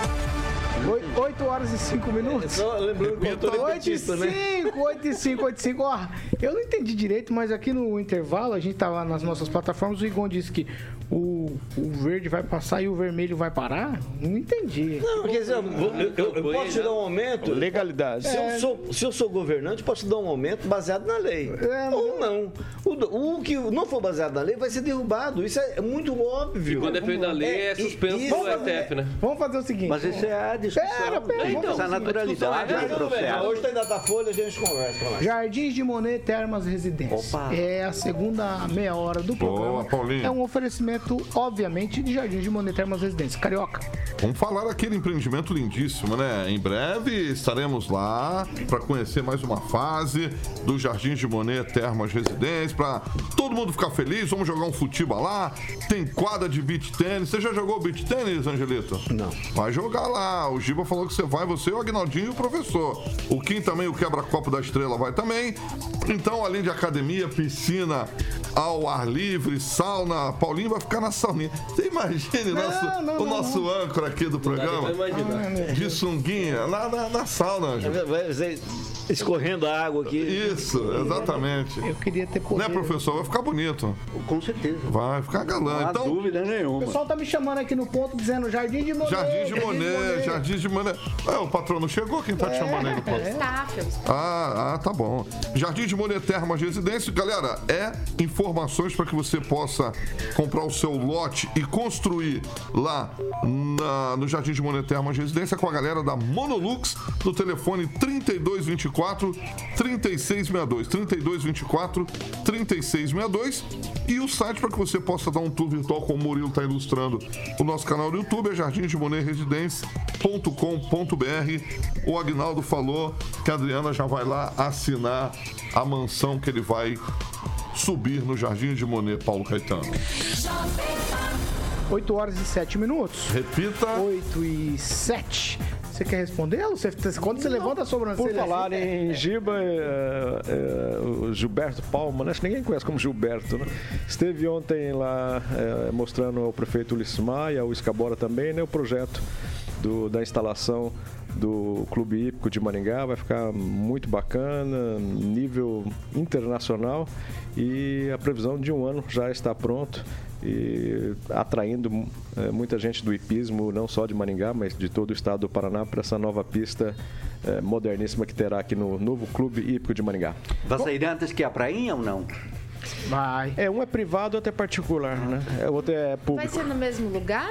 8 horas e 5 minutos. Só lembrando que eu tô repetista, né? 8 e 5. Ó, eu não entendi direito, mas aqui no intervalo, a gente tava nas nossas plataformas, o Igon disse que o verde vai passar e o vermelho vai parar? Não entendi. Não, porque eu posso te dar um aumento. Legalidade. Se eu sou governante, posso te dar um aumento baseado na lei. Ou não. O que não for baseado na lei vai ser derrubado. Isso é muito óbvio. E quando é feito na lei, é suspenso pelo STF, né? Vamos fazer o seguinte. Mas isso é a discussão. Então, essa naturalidade do processo. Hoje tem Datafolha, a gente conversa lá. Jardins de Monet Termas Residência. Opa. É a segunda meia hora do programa. Boa, Paulinho. É um oferecimento, obviamente, de Jardins de Monet Termas Residência. Carioca. Vamos falar daquele empreendimento lindíssimo, né? Em breve estaremos lá para conhecer mais uma fase do Jardins de Monet Termas Residência, para todo mundo ficar feliz. Vamos jogar um futebol lá. Tem quadra de beach tênis. Você já jogou beach tênis, Angelito? Não. Vai jogar lá. O Giba falou que você, o Agnaldinho e o professor. O Kim também, o quebra-copo da estrela vai também. Então, além de academia, piscina ao ar livre, sauna, Paulinho vai ficar na sauninha. Você imagine o nosso âncora aqui do programa de sunguinha na sauna, Ângelo. Vai escorrendo a água aqui. Isso, exatamente. Eu queria ter poder. Né, professor? Vai ficar bonito. Com certeza. Vai ficar galã. Não há Então, dúvida nenhuma. O pessoal tá me chamando aqui no ponto, dizendo Jardim de Monet. Jardim de Monet. O patrão não chegou? Quem tá te chamando aí no ponto? Tá bom. Jardim de Monet Termas Residência. Galera, informações para que você possa comprar o seu lote e construir lá no Jardim de Monet Termas Residência com a galera da Monolux no telefone 3224-3662. 3224-3662. E o site para que você possa dar um tour virtual, como o Murilo está ilustrando o nosso canal do YouTube, é jardimdemonetresidencia.com.br. O Agnaldo falou que a Adriana já vai lá assinar a mansão que ele vai subir no Jardim de Monet, Paulo Caetano. 8 horas e 7 minutos. Repita. 8 e 7. Você quer responder? Quando você levanta a sobrancelha... Por falar em Giba, o Gilberto Palma, né? Acho que ninguém conhece como Gilberto, né? Esteve ontem lá mostrando ao prefeito Ulisses Maia, ao Escabora também, né? O projeto da instalação do Clube Hípico de Maringá. Vai ficar muito bacana, nível internacional, e a previsão de um ano já está pronto e atraindo muita gente do hipismo, não só de Maringá, mas de todo o estado do Paraná, para essa nova pista moderníssima que terá aqui no novo Clube Hípico de Maringá. Vai sair antes que a prainha ou não? Vai. Um é privado, outro é particular, né? O outro é público. Vai ser no mesmo lugar?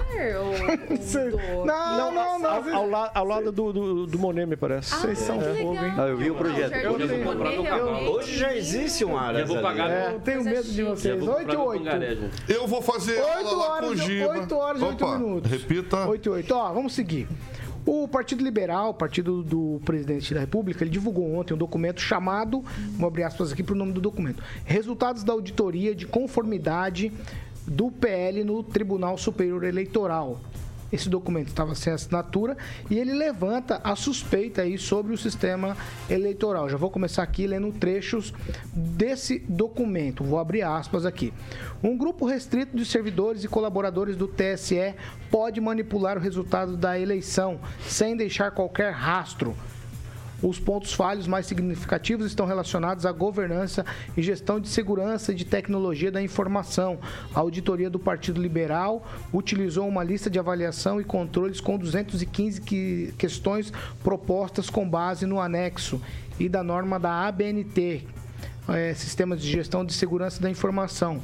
Ou Não. Ao lado do Monet, me parece. Vocês são fogo, hein? Eu vi o projeto. Hoje já existe uma área. Eu vou pagar. Eu tenho medo de vocês. 8 e 8. Eu vou fazer 8 horas e 8 minutos. Repita. 8 e 8. Ó, vamos seguir. O Partido Liberal, o partido do presidente da República, ele divulgou ontem um documento chamado, vou abrir aspas aqui para o nome do documento, Resultados da Auditoria de Conformidade do PL no Tribunal Superior Eleitoral. Esse documento estava sem assinatura e ele levanta a suspeita aí sobre o sistema eleitoral. Já vou começar aqui lendo trechos desse documento. Vou abrir aspas aqui. Um grupo restrito de servidores e colaboradores do TSE pode manipular o resultado da eleição sem deixar qualquer rastro. Os pontos falhos mais significativos estão relacionados à governança e gestão de segurança e de tecnologia da informação. A auditoria do Partido Liberal utilizou uma lista de avaliação e controles com 215 questões propostas com base no anexo e da norma da ABNT, Sistemas de Gestão de Segurança da Informação.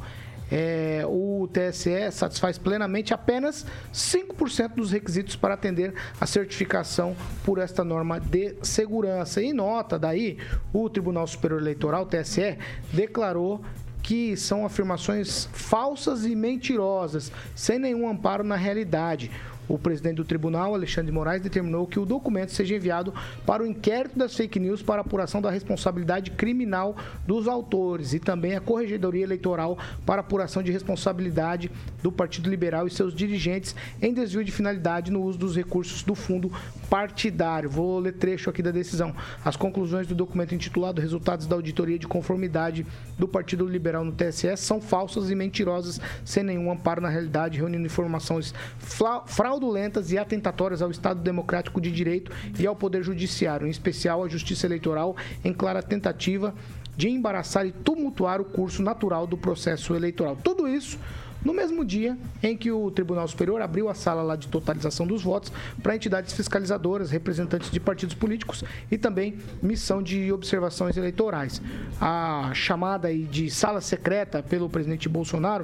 O TSE satisfaz plenamente apenas 5% dos requisitos para atender a certificação por esta norma de segurança. Em nota daí, o Tribunal Superior Eleitoral, TSE, declarou que são afirmações falsas e mentirosas, sem nenhum amparo na realidade. O presidente do tribunal, Alexandre de Moraes, determinou que o documento seja enviado para o inquérito das fake news para apuração da responsabilidade criminal dos autores e também a Corregedoria Eleitoral para apuração de responsabilidade do Partido Liberal e seus dirigentes em desvio de finalidade no uso dos recursos do fundo partidário. Vou ler trecho aqui da decisão. As conclusões do documento intitulado Resultados da Auditoria de Conformidade do Partido Liberal no TSE são falsas e mentirosas, sem nenhum amparo na realidade, reunindo informações fraudulentas e atentatórias ao Estado Democrático de Direito e ao Poder Judiciário, em especial à Justiça Eleitoral, em clara tentativa de embaraçar e tumultuar o curso natural do processo eleitoral. Tudo isso no mesmo dia em que o Tribunal Superior abriu a sala lá de totalização dos votos para entidades fiscalizadoras, representantes de partidos políticos e também missão de observações eleitorais. A chamada aí de sala secreta pelo presidente Bolsonaro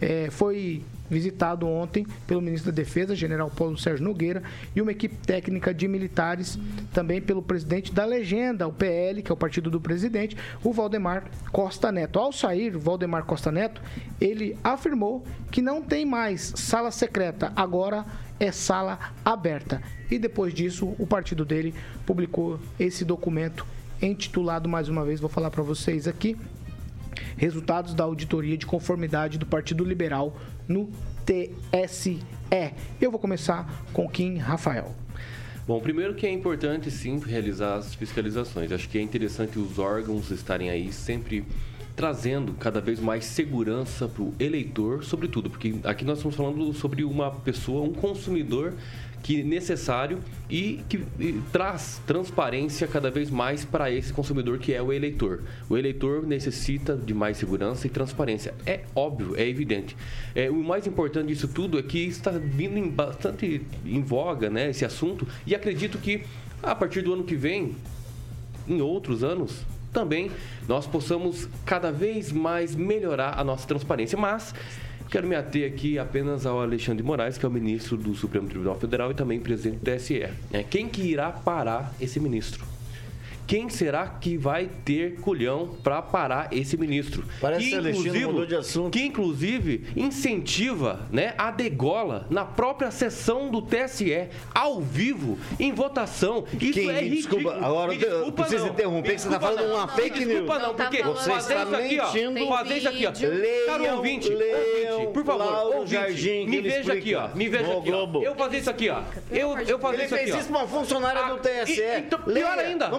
foi visitado ontem pelo ministro da Defesa, general Paulo Sérgio Nogueira, e uma equipe técnica de militares, também pelo presidente da legenda, o PL, que é o partido do presidente, o Valdemar Costa Neto. Ao sair, o Valdemar Costa Neto, ele afirmou que não tem mais sala secreta, agora é sala aberta. E depois disso, o partido dele publicou esse documento intitulado, mais uma vez, vou falar para vocês aqui, Resultados da Auditoria de Conformidade do Partido Liberal no TSE. Eu vou começar com Kim Rafael. Bom, primeiro que é importante, sim, realizar as fiscalizações. Acho que é interessante os órgãos estarem aí sempre trazendo cada vez mais segurança para o eleitor, sobretudo, porque aqui nós estamos falando sobre uma pessoa, um consumidor que é necessário e que traz transparência cada vez mais para esse consumidor que é o eleitor. O eleitor necessita de mais segurança e transparência. É óbvio, é evidente. O mais importante disso tudo é que está vindo bastante em voga, né, esse assunto, e acredito que a partir do ano que vem, em outros anos, também nós possamos cada vez mais melhorar a nossa transparência. Mas quero me ater aqui apenas ao Alexandre de Moraes, que é o ministro do Supremo Tribunal Federal e também presidente do TSE. Quem que irá parar esse ministro? Quem será que vai ter culhão para parar esse ministro? Parece que Alexandre mudou de assunto. Que, inclusive, incentiva, né, a degola na própria sessão do TSE, ao vivo, em votação. Isso é ridículo. Desculpa, agora eu preciso interromper, que você está falando uma fake news. Desculpa não, porque você está mentindo. Fazer isso aqui, ó. Caro ouvinte, por favor, ouvinte, me veja aqui, ó. Me veja aqui, ó. Eu fazer isso aqui, ó. Eu fazer isso aqui, ó. Ele fez isso uma funcionária do TSE. Então, pior ainda.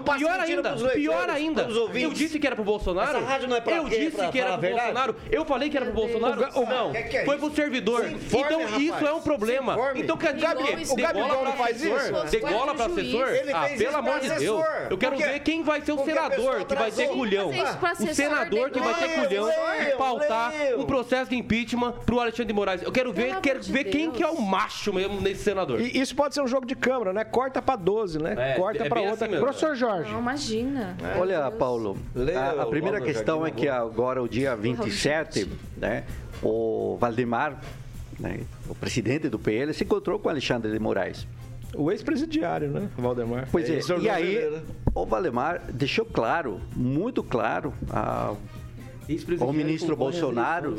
ainda. Eu disse que era pro Bolsonaro. Essa rádio não é pra Eu disse que era pro Bolsonaro. Eu falei que era pro Bolsonaro. Não, foi pro servidor. Então isso é um problema. Então quer dizer, o Gabigol não faz isso? Degola pra assessor? Pelo amor de Deus. Eu quero ver quem vai ser o senador que vai ter culhão. O senador que vai ter culhão e pautar um processo de impeachment pro Alexandre de Moraes. Eu quero ver quem que é o macho mesmo nesse senador. E isso pode ser um jogo de câmara, né? Corta pra 12, né? Corta pra outra. Assim Professor Jorge. Não, imagina. Olha, Paulo, a primeira questão é que agora, o dia 27, né, o Valdemar, né, o presidente do PL, se encontrou com Alexandre de Moraes. O ex-presidiário, né? O Valdemar. Pois é, e aí o Valdemar deixou claro, muito claro, ao ministro Bolsonaro,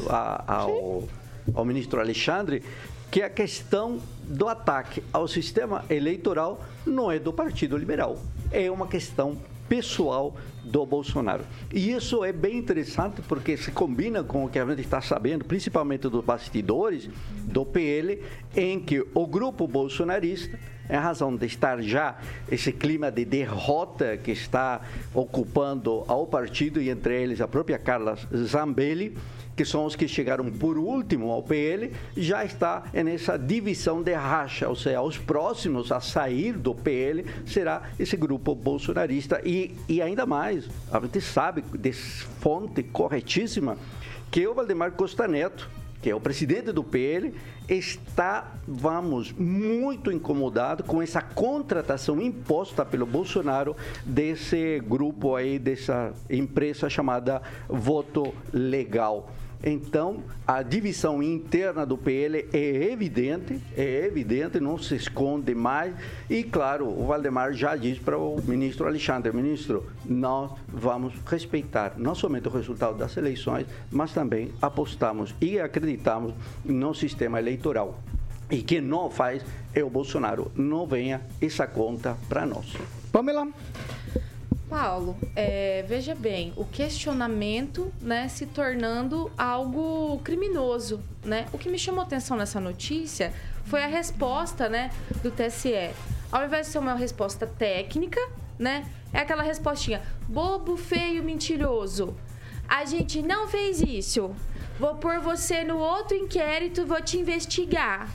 ao ministro Alexandre, que a questão do ataque ao sistema eleitoral não é do Partido Liberal, é uma questão pessoal do Bolsonaro. E isso é bem interessante porque se combina com o que a gente está sabendo, principalmente dos bastidores do PL, em que o grupo bolsonarista, em razão de estar já esse clima de derrota que está ocupando ao partido, e entre eles a própria Carla Zambelli, que são os que chegaram por último ao PL, já está nessa divisão de racha, ou seja, os próximos a sair do PL será esse grupo bolsonarista. E ainda mais, a gente sabe de fonte corretíssima que o Valdemar Costa Neto, que é o presidente do PL, está, muito incomodado com essa contratação imposta pelo Bolsonaro desse grupo aí, dessa empresa chamada Voto Legal. Então, a divisão interna do PL é evidente, não se esconde mais. E, claro, o Valdemar já disse para o ministro Alexandre: ministro, nós vamos respeitar não somente o resultado das eleições, mas também apostamos e acreditamos no sistema eleitoral. E quem não faz é o Bolsonaro. Não venha essa conta para nós. Pamela. Paulo, veja bem, o questionamento, né, se tornando algo criminoso, né? O que me chamou atenção nessa notícia foi a resposta, né, do TSE. Ao invés de ser uma resposta técnica, né, é aquela respostinha: bobo, feio, mentiroso. A gente não fez isso. Vou pôr você no outro inquérito, vou te investigar.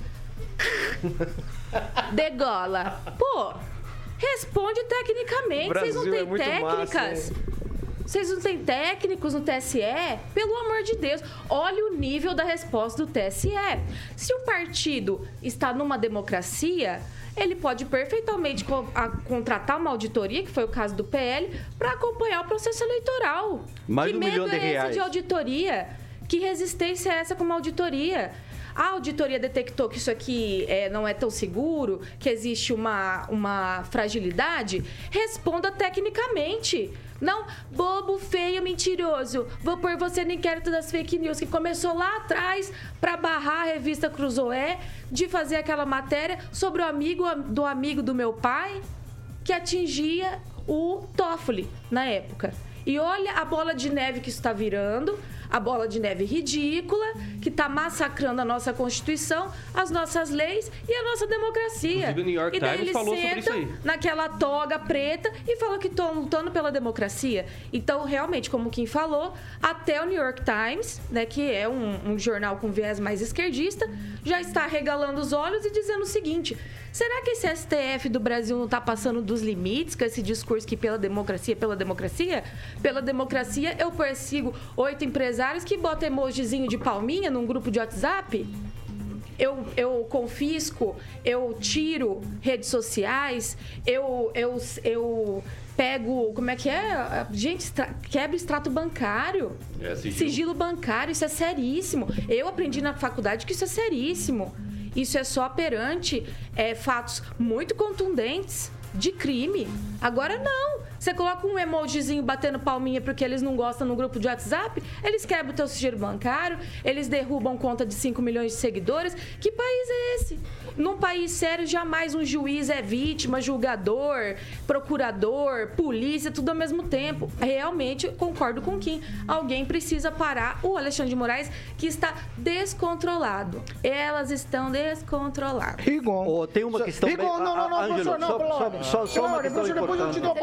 Degola. Pô, responde tecnicamente. Vocês não têm técnicas? Vocês não têm técnicos no TSE? Pelo amor de Deus, olha o nível da resposta do TSE. Se o partido está numa democracia, ele pode perfeitamente contratar uma auditoria, que foi o caso do PL, para acompanhar o processo eleitoral. Mais de R$1 milhão. Que medo é esse de auditoria? Que resistência é essa com uma auditoria? A auditoria detectou que isso aqui não é tão seguro, que existe uma fragilidade? Responda tecnicamente. Não, bobo, feio, mentiroso. Vou pôr você no inquérito das fake news, que começou lá atrás para barrar a revista Cruzoé de fazer aquela matéria sobre o amigo do meu pai, que atingia o Toffoli na época. E olha a bola de neve que isso está virando. A bola de neve ridícula, que está massacrando a nossa Constituição, as nossas leis e a nossa democracia. Inclusive, o New York Times falou sobre isso aí. Naquela toga preta e falam que estão lutando pela democracia. Então, realmente, como o Kim falou, até o New York Times, né, que é um jornal com viés mais esquerdista, já está regalando os olhos e dizendo o seguinte: será que esse STF do Brasil não está passando dos limites com esse discurso que pela democracia, eu persigo 8 empresários que botam emojizinho de palminha num grupo de WhatsApp? Eu confisco, eu tiro redes sociais, eu pego, como é que é? Gente, quebra extrato bancário, sigilo bancário, isso é seríssimo. Eu aprendi na faculdade que isso é seríssimo. Isso é só perante fatos muito contundentes de crime. Agora não. Você coloca um emojizinho batendo palminha porque eles não gostam no grupo de WhatsApp, eles quebram o teu sigilo bancário, eles derrubam conta de 5 milhões de seguidores. Que país é esse? Num país sério, jamais um juiz é vítima, julgador, procurador, polícia, tudo ao mesmo tempo. Realmente, eu concordo com Kim. Alguém precisa parar o Alexandre de Moraes, que está descontrolado. Elas estão descontroladas. Rigon. Tem uma questão... Rigon, não, professor, não, só uma questão importante. Depois eu te dou a palavra.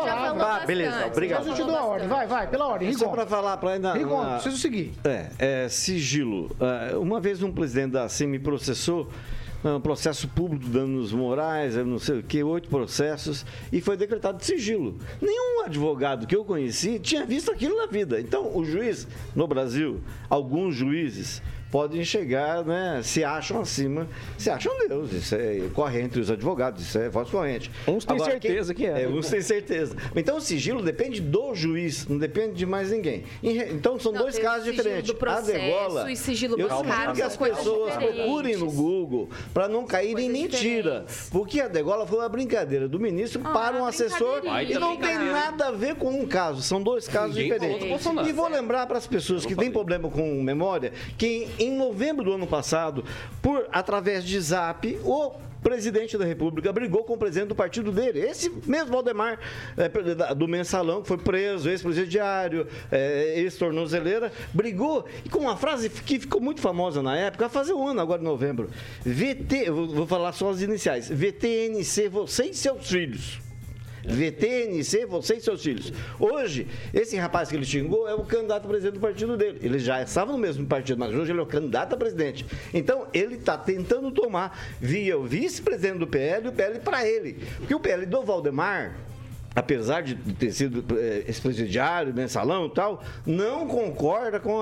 beleza, obrigado. Mas eu te dou a ordem, vai, pela ordem. Só para falar, para ainda... Rigon, preciso seguir. Sigilo. Uma vez um presidente da CIM me processou, um processo público, danos morais, não sei o que, 8 processos, e foi decretado de sigilo. Nenhum advogado que eu conheci tinha visto aquilo na vida. Então, o juiz, no Brasil, alguns juízes podem chegar, né, se acham acima, se acham Deus. Isso corre entre os advogados, isso é voz corrente. Uns têm certeza que é. Uns têm certeza. Então, o sigilo depende do juiz, não depende de mais ninguém. Então, são dois casos diferentes. A degola, e sigilo eu sugiro que as pessoas procurem no Google para não caírem em mentira. Porque a degola foi uma brincadeira do ministro para um assessor e não tem nada a ver com um caso. São dois casos diferentes. E vou lembrar para as pessoas que têm problema com memória que em novembro do ano passado, através de Zap, o presidente da República brigou com o presidente do partido dele, esse mesmo Valdemar, do Mensalão, que foi preso, ex-presidiário, ex-tornozeleira, brigou, e com uma frase que ficou muito famosa na época, vai fazer um ano agora em novembro, vou falar só as iniciais, VTNC, você e seus filhos. VTNC, você e seus filhos. Hoje, esse rapaz que ele xingou é o candidato a presidente do partido dele. Ele já estava no mesmo partido, mas hoje ele é o candidato a presidente. Então, ele está tentando tomar via o vice-presidente do PL e o PL para ele. Porque o PL do Valdemar, apesar de ter sido ex-presidiário, mensalão e tal, não concorda com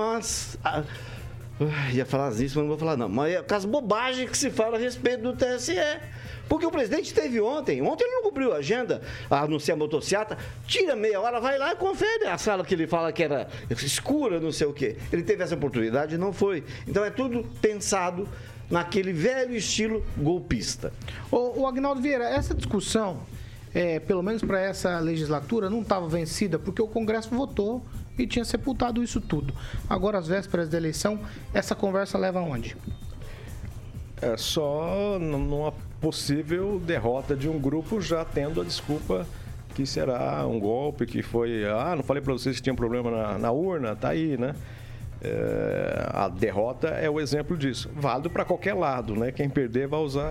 ia falar isso, mas não vou falar não. Mas com as bobagens que se fala a respeito do TSE. Porque o presidente esteve ontem ele não cumpriu a agenda, anuncia a motociata, tira meia hora, vai lá e confere a sala que ele fala que era escura, não sei o quê. Ele teve essa oportunidade e não foi. Então é tudo pensado naquele velho estilo golpista. O Agnaldo Vieira, essa discussão, pelo menos para essa legislatura, não estava vencida porque o Congresso votou e tinha sepultado isso tudo. Agora, às vésperas da eleição, essa conversa leva aonde? É só numa possível derrota de um grupo, já tendo a desculpa que será um golpe, que foi... não falei para vocês que tinha um problema na urna, tá aí, né? A derrota é o exemplo disso. Válido para qualquer lado, né? Quem perder vai usar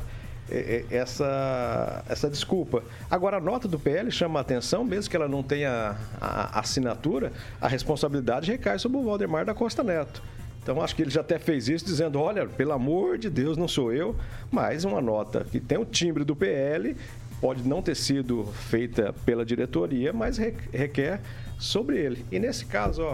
essa desculpa. Agora, a nota do PL chama a atenção, mesmo que ela não tenha a assinatura, a responsabilidade recai sobre o Valdemar da Costa Neto. Então, acho que ele já até fez isso, dizendo, olha, pelo amor de Deus, não sou eu, mas uma nota que tem o timbre do PL, pode não ter sido feita pela diretoria, mas requer sobre ele. E nesse caso,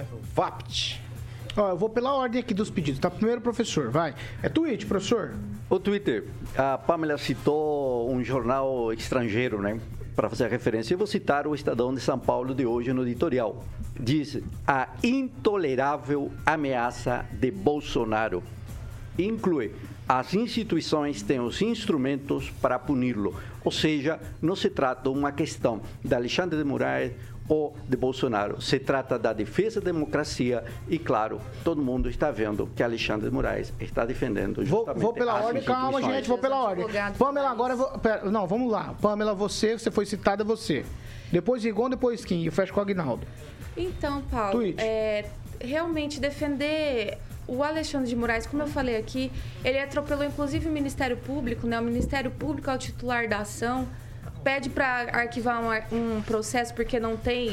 VAPT. Eu vou pela ordem aqui dos pedidos, tá? Primeiro, professor, vai. É tweet, professor. O Twitter, a Pamela citou um jornal estrangeiro, né? Para fazer a referência, eu vou citar o Estadão de São Paulo de hoje no editorial. Diz: a intolerável ameaça de Bolsonaro inclui as instituições têm os instrumentos para puni-lo. Ou seja, não se trata de uma questão de Alexandre de Moraes ou de Bolsonaro. Se trata da defesa da democracia e, claro, todo mundo está vendo que Alexandre de Moraes está defendendo justamente Vou pela ordem, calma, gente, vou pela ordem. Pamela, agora... Não, vamos lá. Pamela, você foi citada, você. Depois Rigon, depois Kim. Eu fecho com o Agnaldo. Então, Paulo, realmente defender o Alexandre de Moraes, como eu falei aqui, ele atropelou inclusive o Ministério Público, né? O Ministério Público é o titular da ação, pede para arquivar um processo porque não tem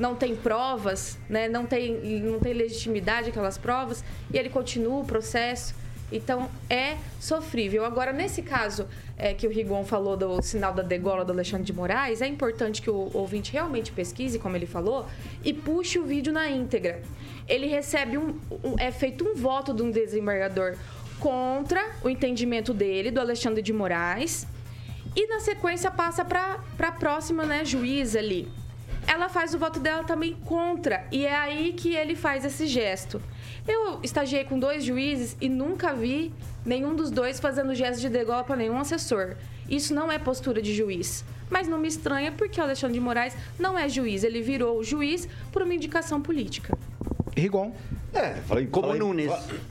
provas, né? não tem legitimidade aquelas provas, e ele continua o processo. Então, é sofrível. Agora, nesse caso que o Rigon falou do sinal da degola do Alexandre de Moraes, é importante que o ouvinte realmente pesquise, como ele falou, e puxe o vídeo na íntegra. Ele recebe é feito um voto de um desembargador contra o entendimento dele, do Alexandre de Moraes, e na sequência passa para a próxima, né, juíza ali. Ela faz o voto dela também contra, e é aí que ele faz esse gesto. Eu estagiei com 2 juízes e nunca vi nenhum dos dois fazendo gesto de degola para nenhum assessor. Isso não é postura de juiz. Mas não me estranha porque o Alexandre de Moraes não é juiz. Ele virou juiz por uma indicação política. Rigon. Como Nunes.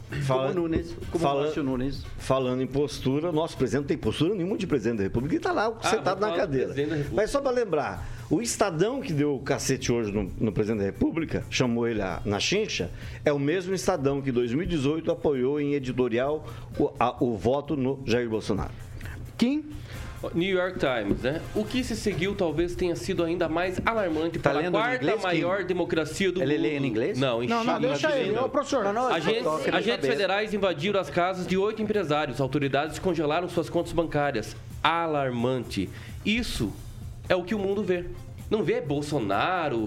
Nunes. Falando em postura, nosso presidente não tem postura nenhuma de presidente da República. Ele está lá sentado na cadeira. Mas só para lembrar, o Estadão que deu o cacete hoje no presidente da República, chamou ele na chincha, é o mesmo Estadão que em 2018 apoiou em editorial o voto no Jair Bolsonaro. Kim? New York Times, né? O que se seguiu talvez tenha sido ainda mais alarmante para a quarta maior democracia do mundo. Ele lê em inglês? Não, em Não, deixa ele. Ô, professor. Agentes federais invadiram as casas de 8 empresários. Autoridades congelaram suas contas bancárias. Alarmante. Isso é o que o mundo vê. Não vê Bolsonaro,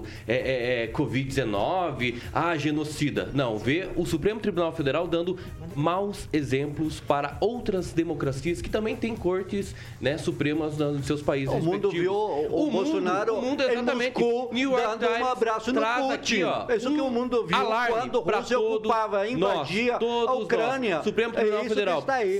Covid-19, genocida. Não, vê o Supremo Tribunal Federal dando maus exemplos para outras democracias que também têm cortes, né, supremas nos seus países respectivos. Viu o Bolsonaro exatamente. em Moscou New York dando Times um abraço no Putin. Aqui, ó, isso que o mundo viu quando a Rússia ocupava, invadia a Ucrânia. Supremo Tribunal Federal.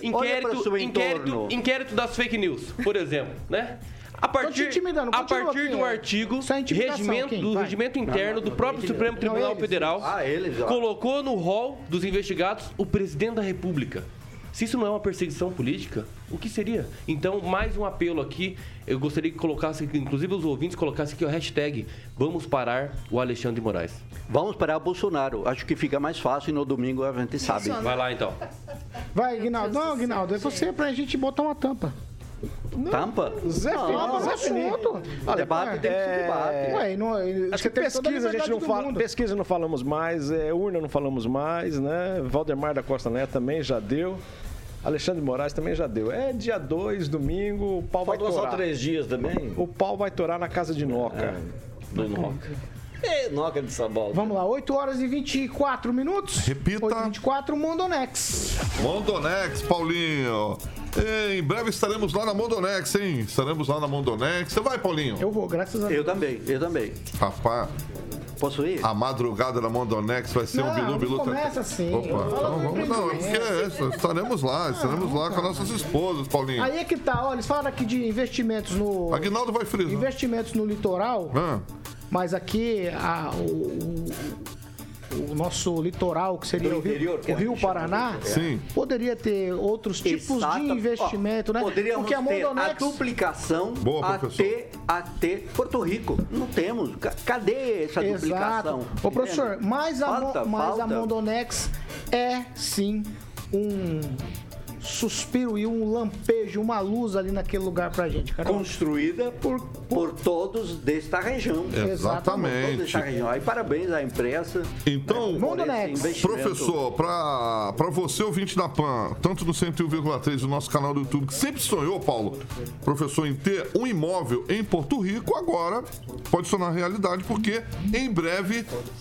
Inquérito das fake news, por exemplo, né? A partir do artigo regimento interno do próprio Supremo Tribunal Federal, colocou no rol dos investigados o presidente da República. Se isso não é uma perseguição política, o que seria? Então, mais um apelo aqui, eu gostaria que colocasse, inclusive os ouvintes colocassem aqui o hashtag Vamos Parar o Alexandre de Moraes. Vamos parar o Bolsonaro. Acho que fica mais fácil e no domingo a gente sabe. Vai lá então. Vai, Guinaldo. Não, Guinaldo, é você pra gente botar uma tampa. Não. Tampa? Zé Felipe. Debate tem que ser debate. Acho que pesquisa a gente não fala, pesquisa não falamos mais, urna não falamos mais, né? Valdemar da Costa Neto também já deu. Alexandre de Moraes também já deu. É dia 2, domingo, o pau vai torar. Só 3 dias também? O pau vai torar na casa de Noca. Do Noca. Noca de Sabal. Vamos lá, 8 horas e 24 minutos. Repita. 8h24, Mondonex. Mondonex, Paulinho. Em breve estaremos lá na Mondonex, hein? Estaremos lá na Mondonex. Você vai, Paulinho? Eu vou, graças a Deus. Eu também. Rapaz. Posso ir? A madrugada da Mondonex vai ser um bilu-bilu. Começa assim. Opa, então vamos, não, é porque estaremos lá com nossas esposas, Paulinho. Aí é que tá, olha, eles falaram aqui de investimentos no... Aguinaldo vai frisar. Investimentos no litoral, mas aqui o nosso litoral, que seria o Rio Paraná, poderia ter outros tipos de investimento, né? Poderíamos ter a duplicação até Porto Rico. Não temos. Cadê essa duplicação? Ô, professor, mas a Mondonex é, sim, um suspiro e um lampejo, uma luz ali naquele lugar pra gente, cara. Construída por todos desta região. Exatamente. Todos desta região. Aí parabéns à imprensa. Então, professor, pra você, ouvinte da PAN, tanto no 101,3 do nosso canal do YouTube, que sempre sonhou, Paulo, professor, em ter um imóvel em Porto Rico, agora pode tornar realidade, porque em breve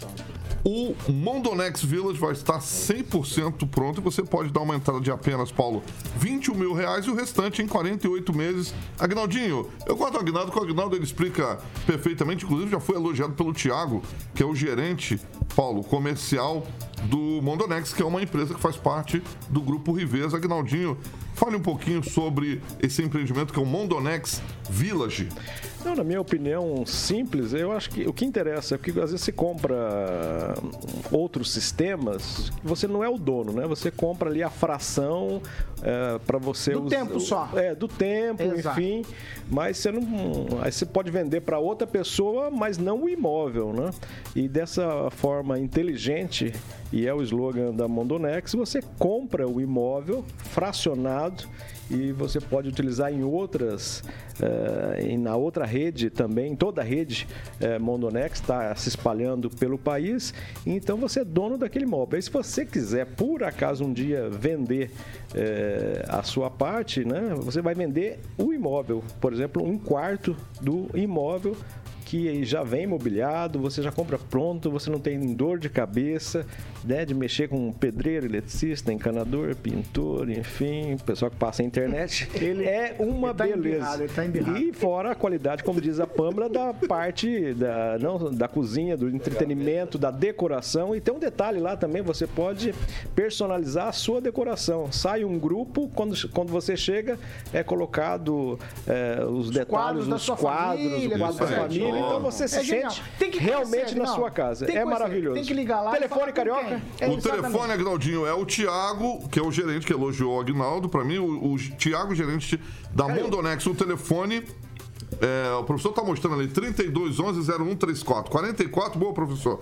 o Mondonex Village vai estar 100% pronto e você pode dar uma entrada de apenas, Paulo, R$21 mil e o restante em 48 meses. Aguinaldinho, eu gosto do Aguinaldo, porque o Aguinaldo ele explica perfeitamente, inclusive já foi elogiado pelo Thiago, que é o gerente, Paulo, comercial do Mondonex, que é uma empresa que faz parte do Grupo Riveza. Aguinaldinho, fale um pouquinho sobre esse empreendimento que é o Mondonex Village. Não, na minha opinião simples, eu acho que o que interessa é que às vezes você compra outros sistemas, você não é o dono, né? Você compra ali a fração para você do tempo só. Do tempo, exato. Enfim, mas você não, aí você pode vender para outra pessoa, mas não o imóvel, né? E dessa forma inteligente, e é o slogan da Mondonex, você compra o imóvel fracionado e você pode utilizar em outras, na outra rede também, toda a rede Mondonex está se espalhando pelo país, então você é dono daquele imóvel. E se você quiser, por acaso, um dia vender a sua parte, né, você vai vender o imóvel, por exemplo, 1/4 do imóvel que já vem mobiliado, você já compra pronto, você não tem dor de cabeça, né, de mexer com pedreiro, eletricista, encanador, pintor, enfim, pessoal que passa a internet. Ele é uma beleza. Ele tá embirrado. E fora a qualidade, como diz a Pâmela, da parte da cozinha, do entretenimento, da decoração. E tem um detalhe lá também, você pode personalizar a sua decoração. Sai um grupo, quando você chega, é colocado os detalhes dos quadros, o quadro da família. Então você se sente realmente na sua casa. É maravilhoso. Tem que ligar lá. Telefone carioca? O telefone, Aguinaldinho, é o Thiago, que é o gerente que elogiou o Aguinaldo. Para mim, o Thiago, gerente da Mondonex, o telefone. O professor está mostrando ali, 3211-0134. 44, boa, professor.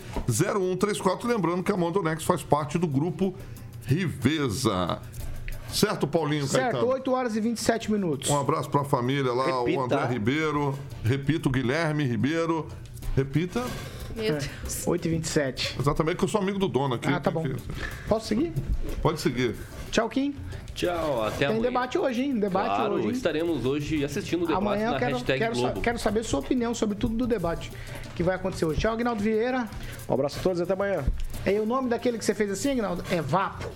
3211-0134. Lembrando que a Mondonex faz parte do Grupo Riveza. Certo, Paulinho Certo, Caetano? 8 horas e 27 minutos. Um abraço pra família lá, Repita. o André Ribeiro. Repito, Guilherme Ribeiro. Repita. Meu Deus. 8 e 27. Exatamente, que eu sou amigo do dono aqui. Ah, tá bom. Posso seguir? Pode seguir. Tchau, Kim. Tchau, até Tem amanhã. debate hoje, hein? Debate Claro, hoje, hein? estaremos hoje assistindo o debate Amanhã na hashtag Globo. quero saber sua opinião sobre tudo do debate que vai acontecer hoje. Tchau, Aguinaldo Vieira. Um abraço a todos e até amanhã. E o nome daquele que você fez assim, Aguinaldo? É Vapo.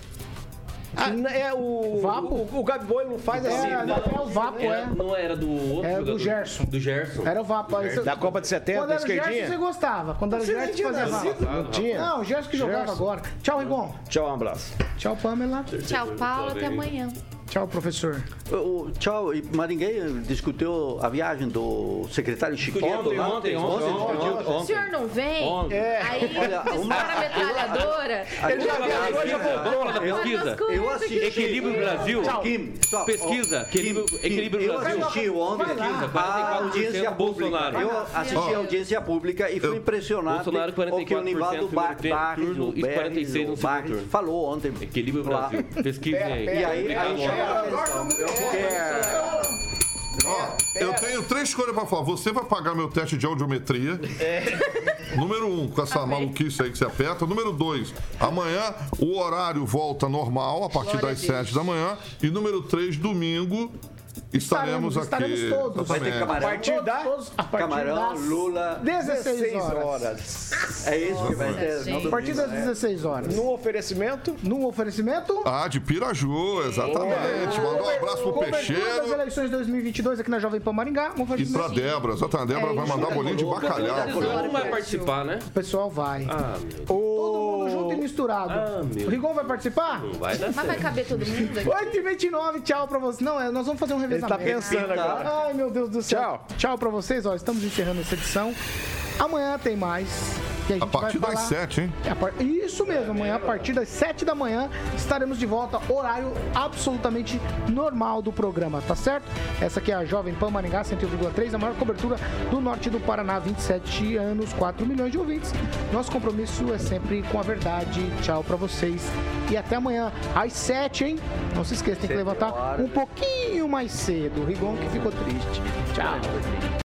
Vapo? O Gabigol ele não faz assim. É o Vapo, Não era do outro É do jogador? Gerson. Do Gerson. Era o Vapo. Aí você- Da Copa de 70, Quando era o esquerdinha? Gerson, você gostava. Quando era o Gerson, você fazia Vapo. Não tinha? Não, o Gerson que jogava Gerson. agora. Tchau, Rigon. Tchau, um abraço. Tchau, Pamela. Tchau, Paulo. Até amanhã. Tchau, professor. Tchau, mas ninguém discutiu a viagem do secretário Chiquinho lá? Ontem. O senhor não vem? Aí, Olha, dispara a metralhadora. Ele já viajou, já voltou. Da pesquisa. Eu assisti. Equilíbrio Brasil. Kim, só- Pesquisa. Equilíbrio Eu Brasil. assisti ontem Pesquisa, a audiência 44% pública. Bolsonaro. Eu assisti a audiência pública e fui impressionado Bolsonaro, 44% com o que o Nivaldo no primeiro Barres, turno e 46% no segundo turno. falou ontem. Equilíbrio Lá. Brasil. Pesquisem aí. E aí chama a atenção. Eu tenho 3 escolhas pra falar. Você vai pagar meu teste de audiometria. Número 1, com essa maluquice aí que você aperta. Número 2, amanhã o horário volta normal a partir das 7 da manhã. E número 3, domingo, estaremos aqui. Estaremos todos. Vai ter camarão. A partir da... Todos a partir Camarão, das Lula. 16 horas. horas. É isso que vai ter. gente. A partir das 16 horas. No oferecimento... Num oferecimento... Ah, de Piraju, exatamente. Mandar um abraço pro Cobertura das Peixeiro eleições 2022 aqui na Jovem Pan Maringá. Um e pra oferecimento. Débora. Exatamente, a Débora vai mandar bolinho de bacalhau. Não vai participar, né? O pessoal vai. Ah, meu. Todo mundo junto e misturado. Ah, meu. O Rigon vai participar? Não vai dar Mas vai certo. caber todo mundo aqui? 8h29, tchau pra você. Não, nós vamos fazer um Ele revezamento. tá pensando agora. Ai, meu Deus do céu. Tchau. Tchau pra vocês, ó. Estamos encerrando essa edição. Amanhã tem mais. E a gente A partir vai das falar... 7, hein? Isso mesmo, amanhã a partir das 7 da manhã estaremos de volta, horário absolutamente normal do programa, tá certo? Essa aqui é a Jovem Pan Maringá 101,3, a maior cobertura do norte do Paraná, 27 anos, 4 milhões de ouvintes. Nosso compromisso é sempre com a verdade. Tchau pra vocês e até amanhã às 7, hein? Não se esqueça, tem que levantar um pouquinho mais cedo. O Rigon que ficou triste. Tchau.